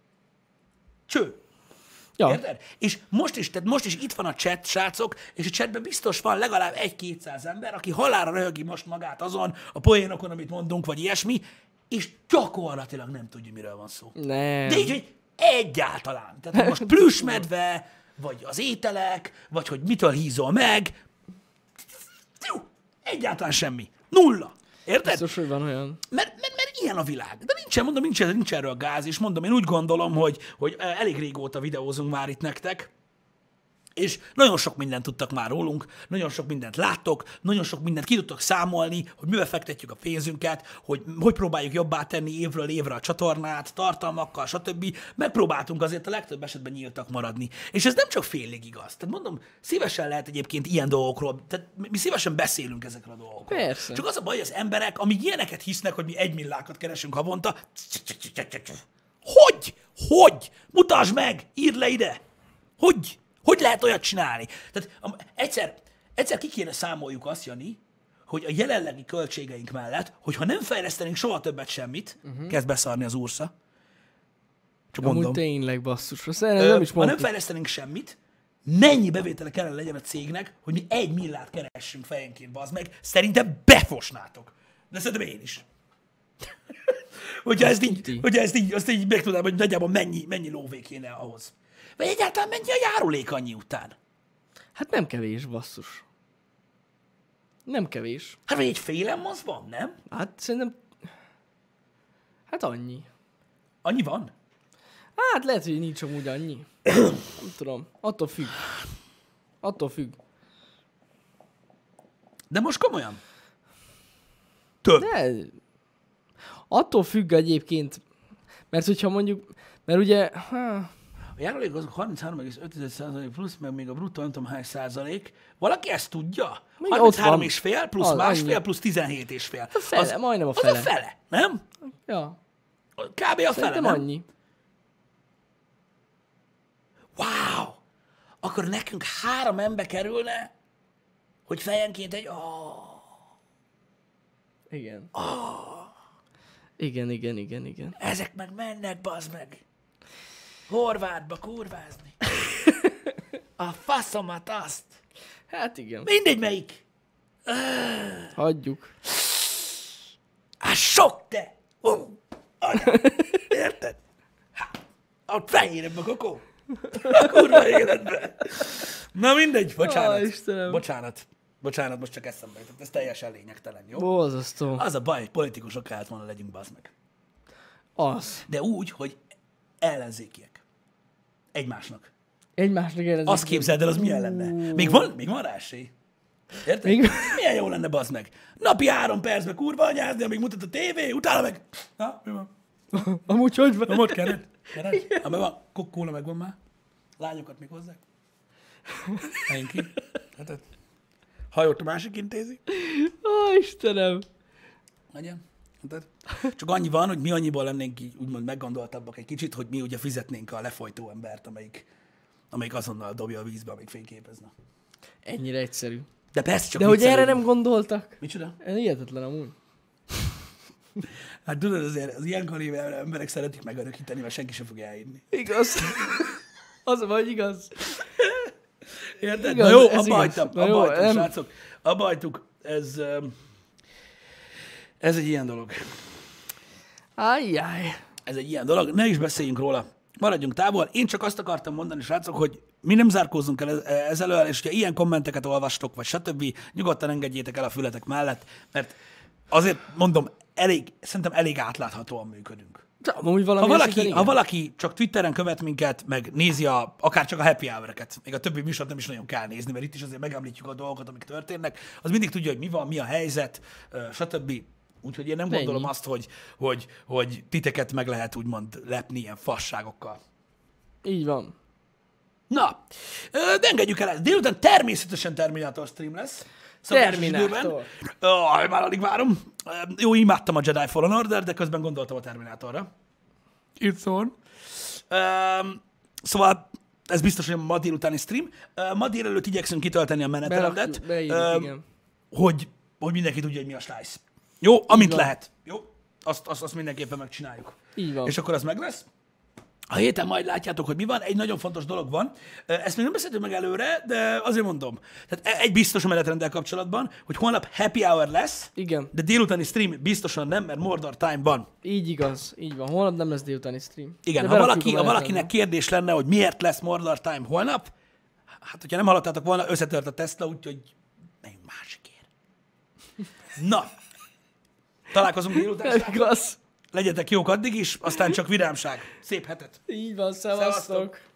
Cső. Ja. Érted? És most is, tehát most is itt van a chat, srácok, és a chatben biztos van legalább egy-kétszáz ember, aki halálra röhögi most magát azon, a poénokon, amit mondunk, vagy ilyesmi, és gyakorlatilag nem tudja, miről van szó. Nem. De így, hogy egyáltalán. Tehát hogy most plüssmedve, vagy az ételek, vagy hogy mitől hízol meg. Jó, egyáltalán semmi. Nulla. Érted? Biztos, hogy van olyan. Mert, mert, mert ilyen a világ. De nincsen, mondom, nincs, nincs erről gáz, és mondom, én úgy gondolom, hogy, hogy elég régóta videózunk már itt nektek, és nagyon sok mindent tudtak már rólunk, nagyon sok mindent láttok, nagyon sok mindent ki tudtok számolni, hogy mivel fektetjük a pénzünket, hogy hogy próbáljuk jobbá tenni évről évre a csatornát, tartalmakkal, stb. Megpróbáltunk azért a legtöbb esetben nyíltak maradni. És ez nem csak félig igaz. Tehát mondom, szívesen lehet egyébként ilyen dolgokról, tehát mi szívesen beszélünk ezekről a dolgokról. Persze. Csak az a baj, hogy az emberek, amíg ilyeneket hisznek, hogy mi egy millákat keresünk havonta, hogy? Hogy? Mutasd meg! Írd le ide! Hogy? Hogy lehet olyat csinálni? Tehát am, egyszer, egyszer ki kéne számoljuk azt, Jani, hogy a jelenlegi költségeink mellett, hogyha nem fejlesztenénk soha többet semmit, uh-huh. kezd beszarni az úrsza. Csak Amúgy mondom. tényleg basszus. Azt nem is Ö, ha nem mondtuk. fejlesztenénk semmit, mennyi bevétele kellene legyen a cégnek, hogy mi egy millát keressünk fejenként, bazd meg, szerintem befosnátok. De szerintem én is. hogyha, ezt így, tuti. hogyha ezt így, azt így megtudnám, hogy nagyjából mennyi, mennyi lóvé kéne ahhoz. Vagy egyáltalán mennyi a járulék annyi után? Hát nem kevés, basszus. Nem kevés. Hát vagy egy félem az van, nem? Hát szerintem... Hát annyi. Annyi van? Hát lehet, hogy nincs amúgy annyi. Nem tudom. Attól függ. Attól függ. De most komolyan? Több. De... Attól függ egyébként. Mert hogyha mondjuk... Mert ugye... Há, A járulék azok harminchárom egész öt százalék plusz, meg még a bruttó nem tudom hány százalék. Valaki ezt tudja? Még harminchárom ott van. és fél plusz Az, másfél annyi. plusz tizenhét és fél. A fele, majdnem a Az fele. a fele, nem? Ja. Kb. a fele, Szerintem nem? annyi. Wow! Akkor nekünk három ember kerülne, hogy fejenként egy... Oh, Igen. Igen, igen, igen, igen. ezek meg mennek, bazd meg. Horvátba kurvázni. A faszomat azt. Hát igen. Mindegy melyik. Hagyjuk. Á, sok te! Ó, anya, érted? Hát, ott fejére meg a kó. A kurva életben. Na mindegy, bocsánat. Á, Istenem. Bocsánat. Bocsánat, most csak eszembe jutott. Ez teljesen lényegtelen, jó? Borzasztó. Az a baj, hogy politikusok kellett volna legyünk, bazd meg. Az. De úgy, hogy ellenzékiek. Egymásnak. Egymásnak érezik. Azt képzeld el, az milyen lenne. Még van, még van rá esély. Érted? Még- Milyen jó lenne, bazd meg. Napi három percben kurva anyázni, amíg mutat a tévé, utána meg... Na, mi van? Amúgy hogy van? Na, most kered? Kered? Ha meg van, kokkóla megvan már. Lányokat még hozzák. Menjünk ki. Hát, hajót a másik intézi. Ó, Istenem. Legyen. Hát, csak annyi van, hogy mi annyiból lennénk így úgymond meggondoltabbak egy kicsit, hogy mi ugye fizetnénk a lefolytó embert, amelyik, amelyik azonnal dobja a vízbe, amíg fényképezne. Ennyire egyszerű. De persze csak De hogy viccelődünk. erre nem gondoltak? Micsoda? Ez hihetetlen amúgy. Hát tudod, azért az ilyen kaliber emberek szeretik megörökíteni, mert senki sem fogja elhinni. Igaz. Az a baj, hogy igaz. Érted? Igaz, Na jó, ez abba igaz. hagytam, Na abba jó, hagytam, nem- srácok. Abba hagytuk. Ez, öm, ez egy ilyen dolog. Ájjáj. Ez egy ilyen dolog. Ne is beszéljünk róla. maradjunk távol. Én csak azt akartam mondani, srácok, hogy mi nem zárkózzunk el ez elől, és hogyha ilyen kommenteket olvastok, vagy stb., nyugodtan engedjétek el a fületek mellett, mert azért mondom, elég, szerintem elég átláthatóan működünk. De amúgy Ha valami valaki, esetben ha igen. valaki csak Twitteren követ minket, meg nézi a, akár csak a happy hour-eket, még a többi műsort nem is nagyon kell nézni, mert itt is azért megemlítjük a dolgokat, amik történnek, az mindig tudja, hogy mi van, mi a helyzet, ö, stb. Úgyhogy én nem Ennyi. gondolom azt, hogy, hogy, hogy titeket meg lehet úgymond lepni ilyen fasságokkal. Így van. Na, ö, de engedjük el ezt. Délután természetesen Terminator stream lesz. Szabályos Terminátor. időben. Ó, már alig várom. Ö, Jó, imádtam a Jedi Fallen Order, de közben gondoltam a Terminatorra. It's on. Um, szóval ez biztos, hogy ma délutáni stream. Uh, ma délelőtt igyekszünk kitölteni a menetrendet, Berakjuk, beírjuk, um, igen. hogy, hogy mindenki tudja, hogy mi a slice. Jó, amint van. lehet. Jó, azt, azt, azt mindenképpen megcsináljuk. Így van. És akkor az meg lesz. A héten majd látjátok, hogy mi van. Egy nagyon fontos dolog van. Ezt még nem beszéltünk meg előre, de azért mondom. Tehát egy biztos a menetrenddel kapcsolatban, hogy holnap happy hour lesz, Igen. de délutáni stream biztosan nem, mert Mordor Time van. Így igaz. Így van. Holnap nem lesz délutáni stream. Igen, De ha, berakjuk valaki, a ha valakinek menetrendbe. kérdés lenne, hogy miért lesz Mordor Time holnap, hát hogyha nem hallottátok volna, összetört a Tesla, úgyhogy menjünk másikért. Na, találkozunk délután. Ez srácok. igaz. Legyetek jók addig is, aztán csak vidámság. Szép hetet. Így van. Szevasztok. Szevasztok.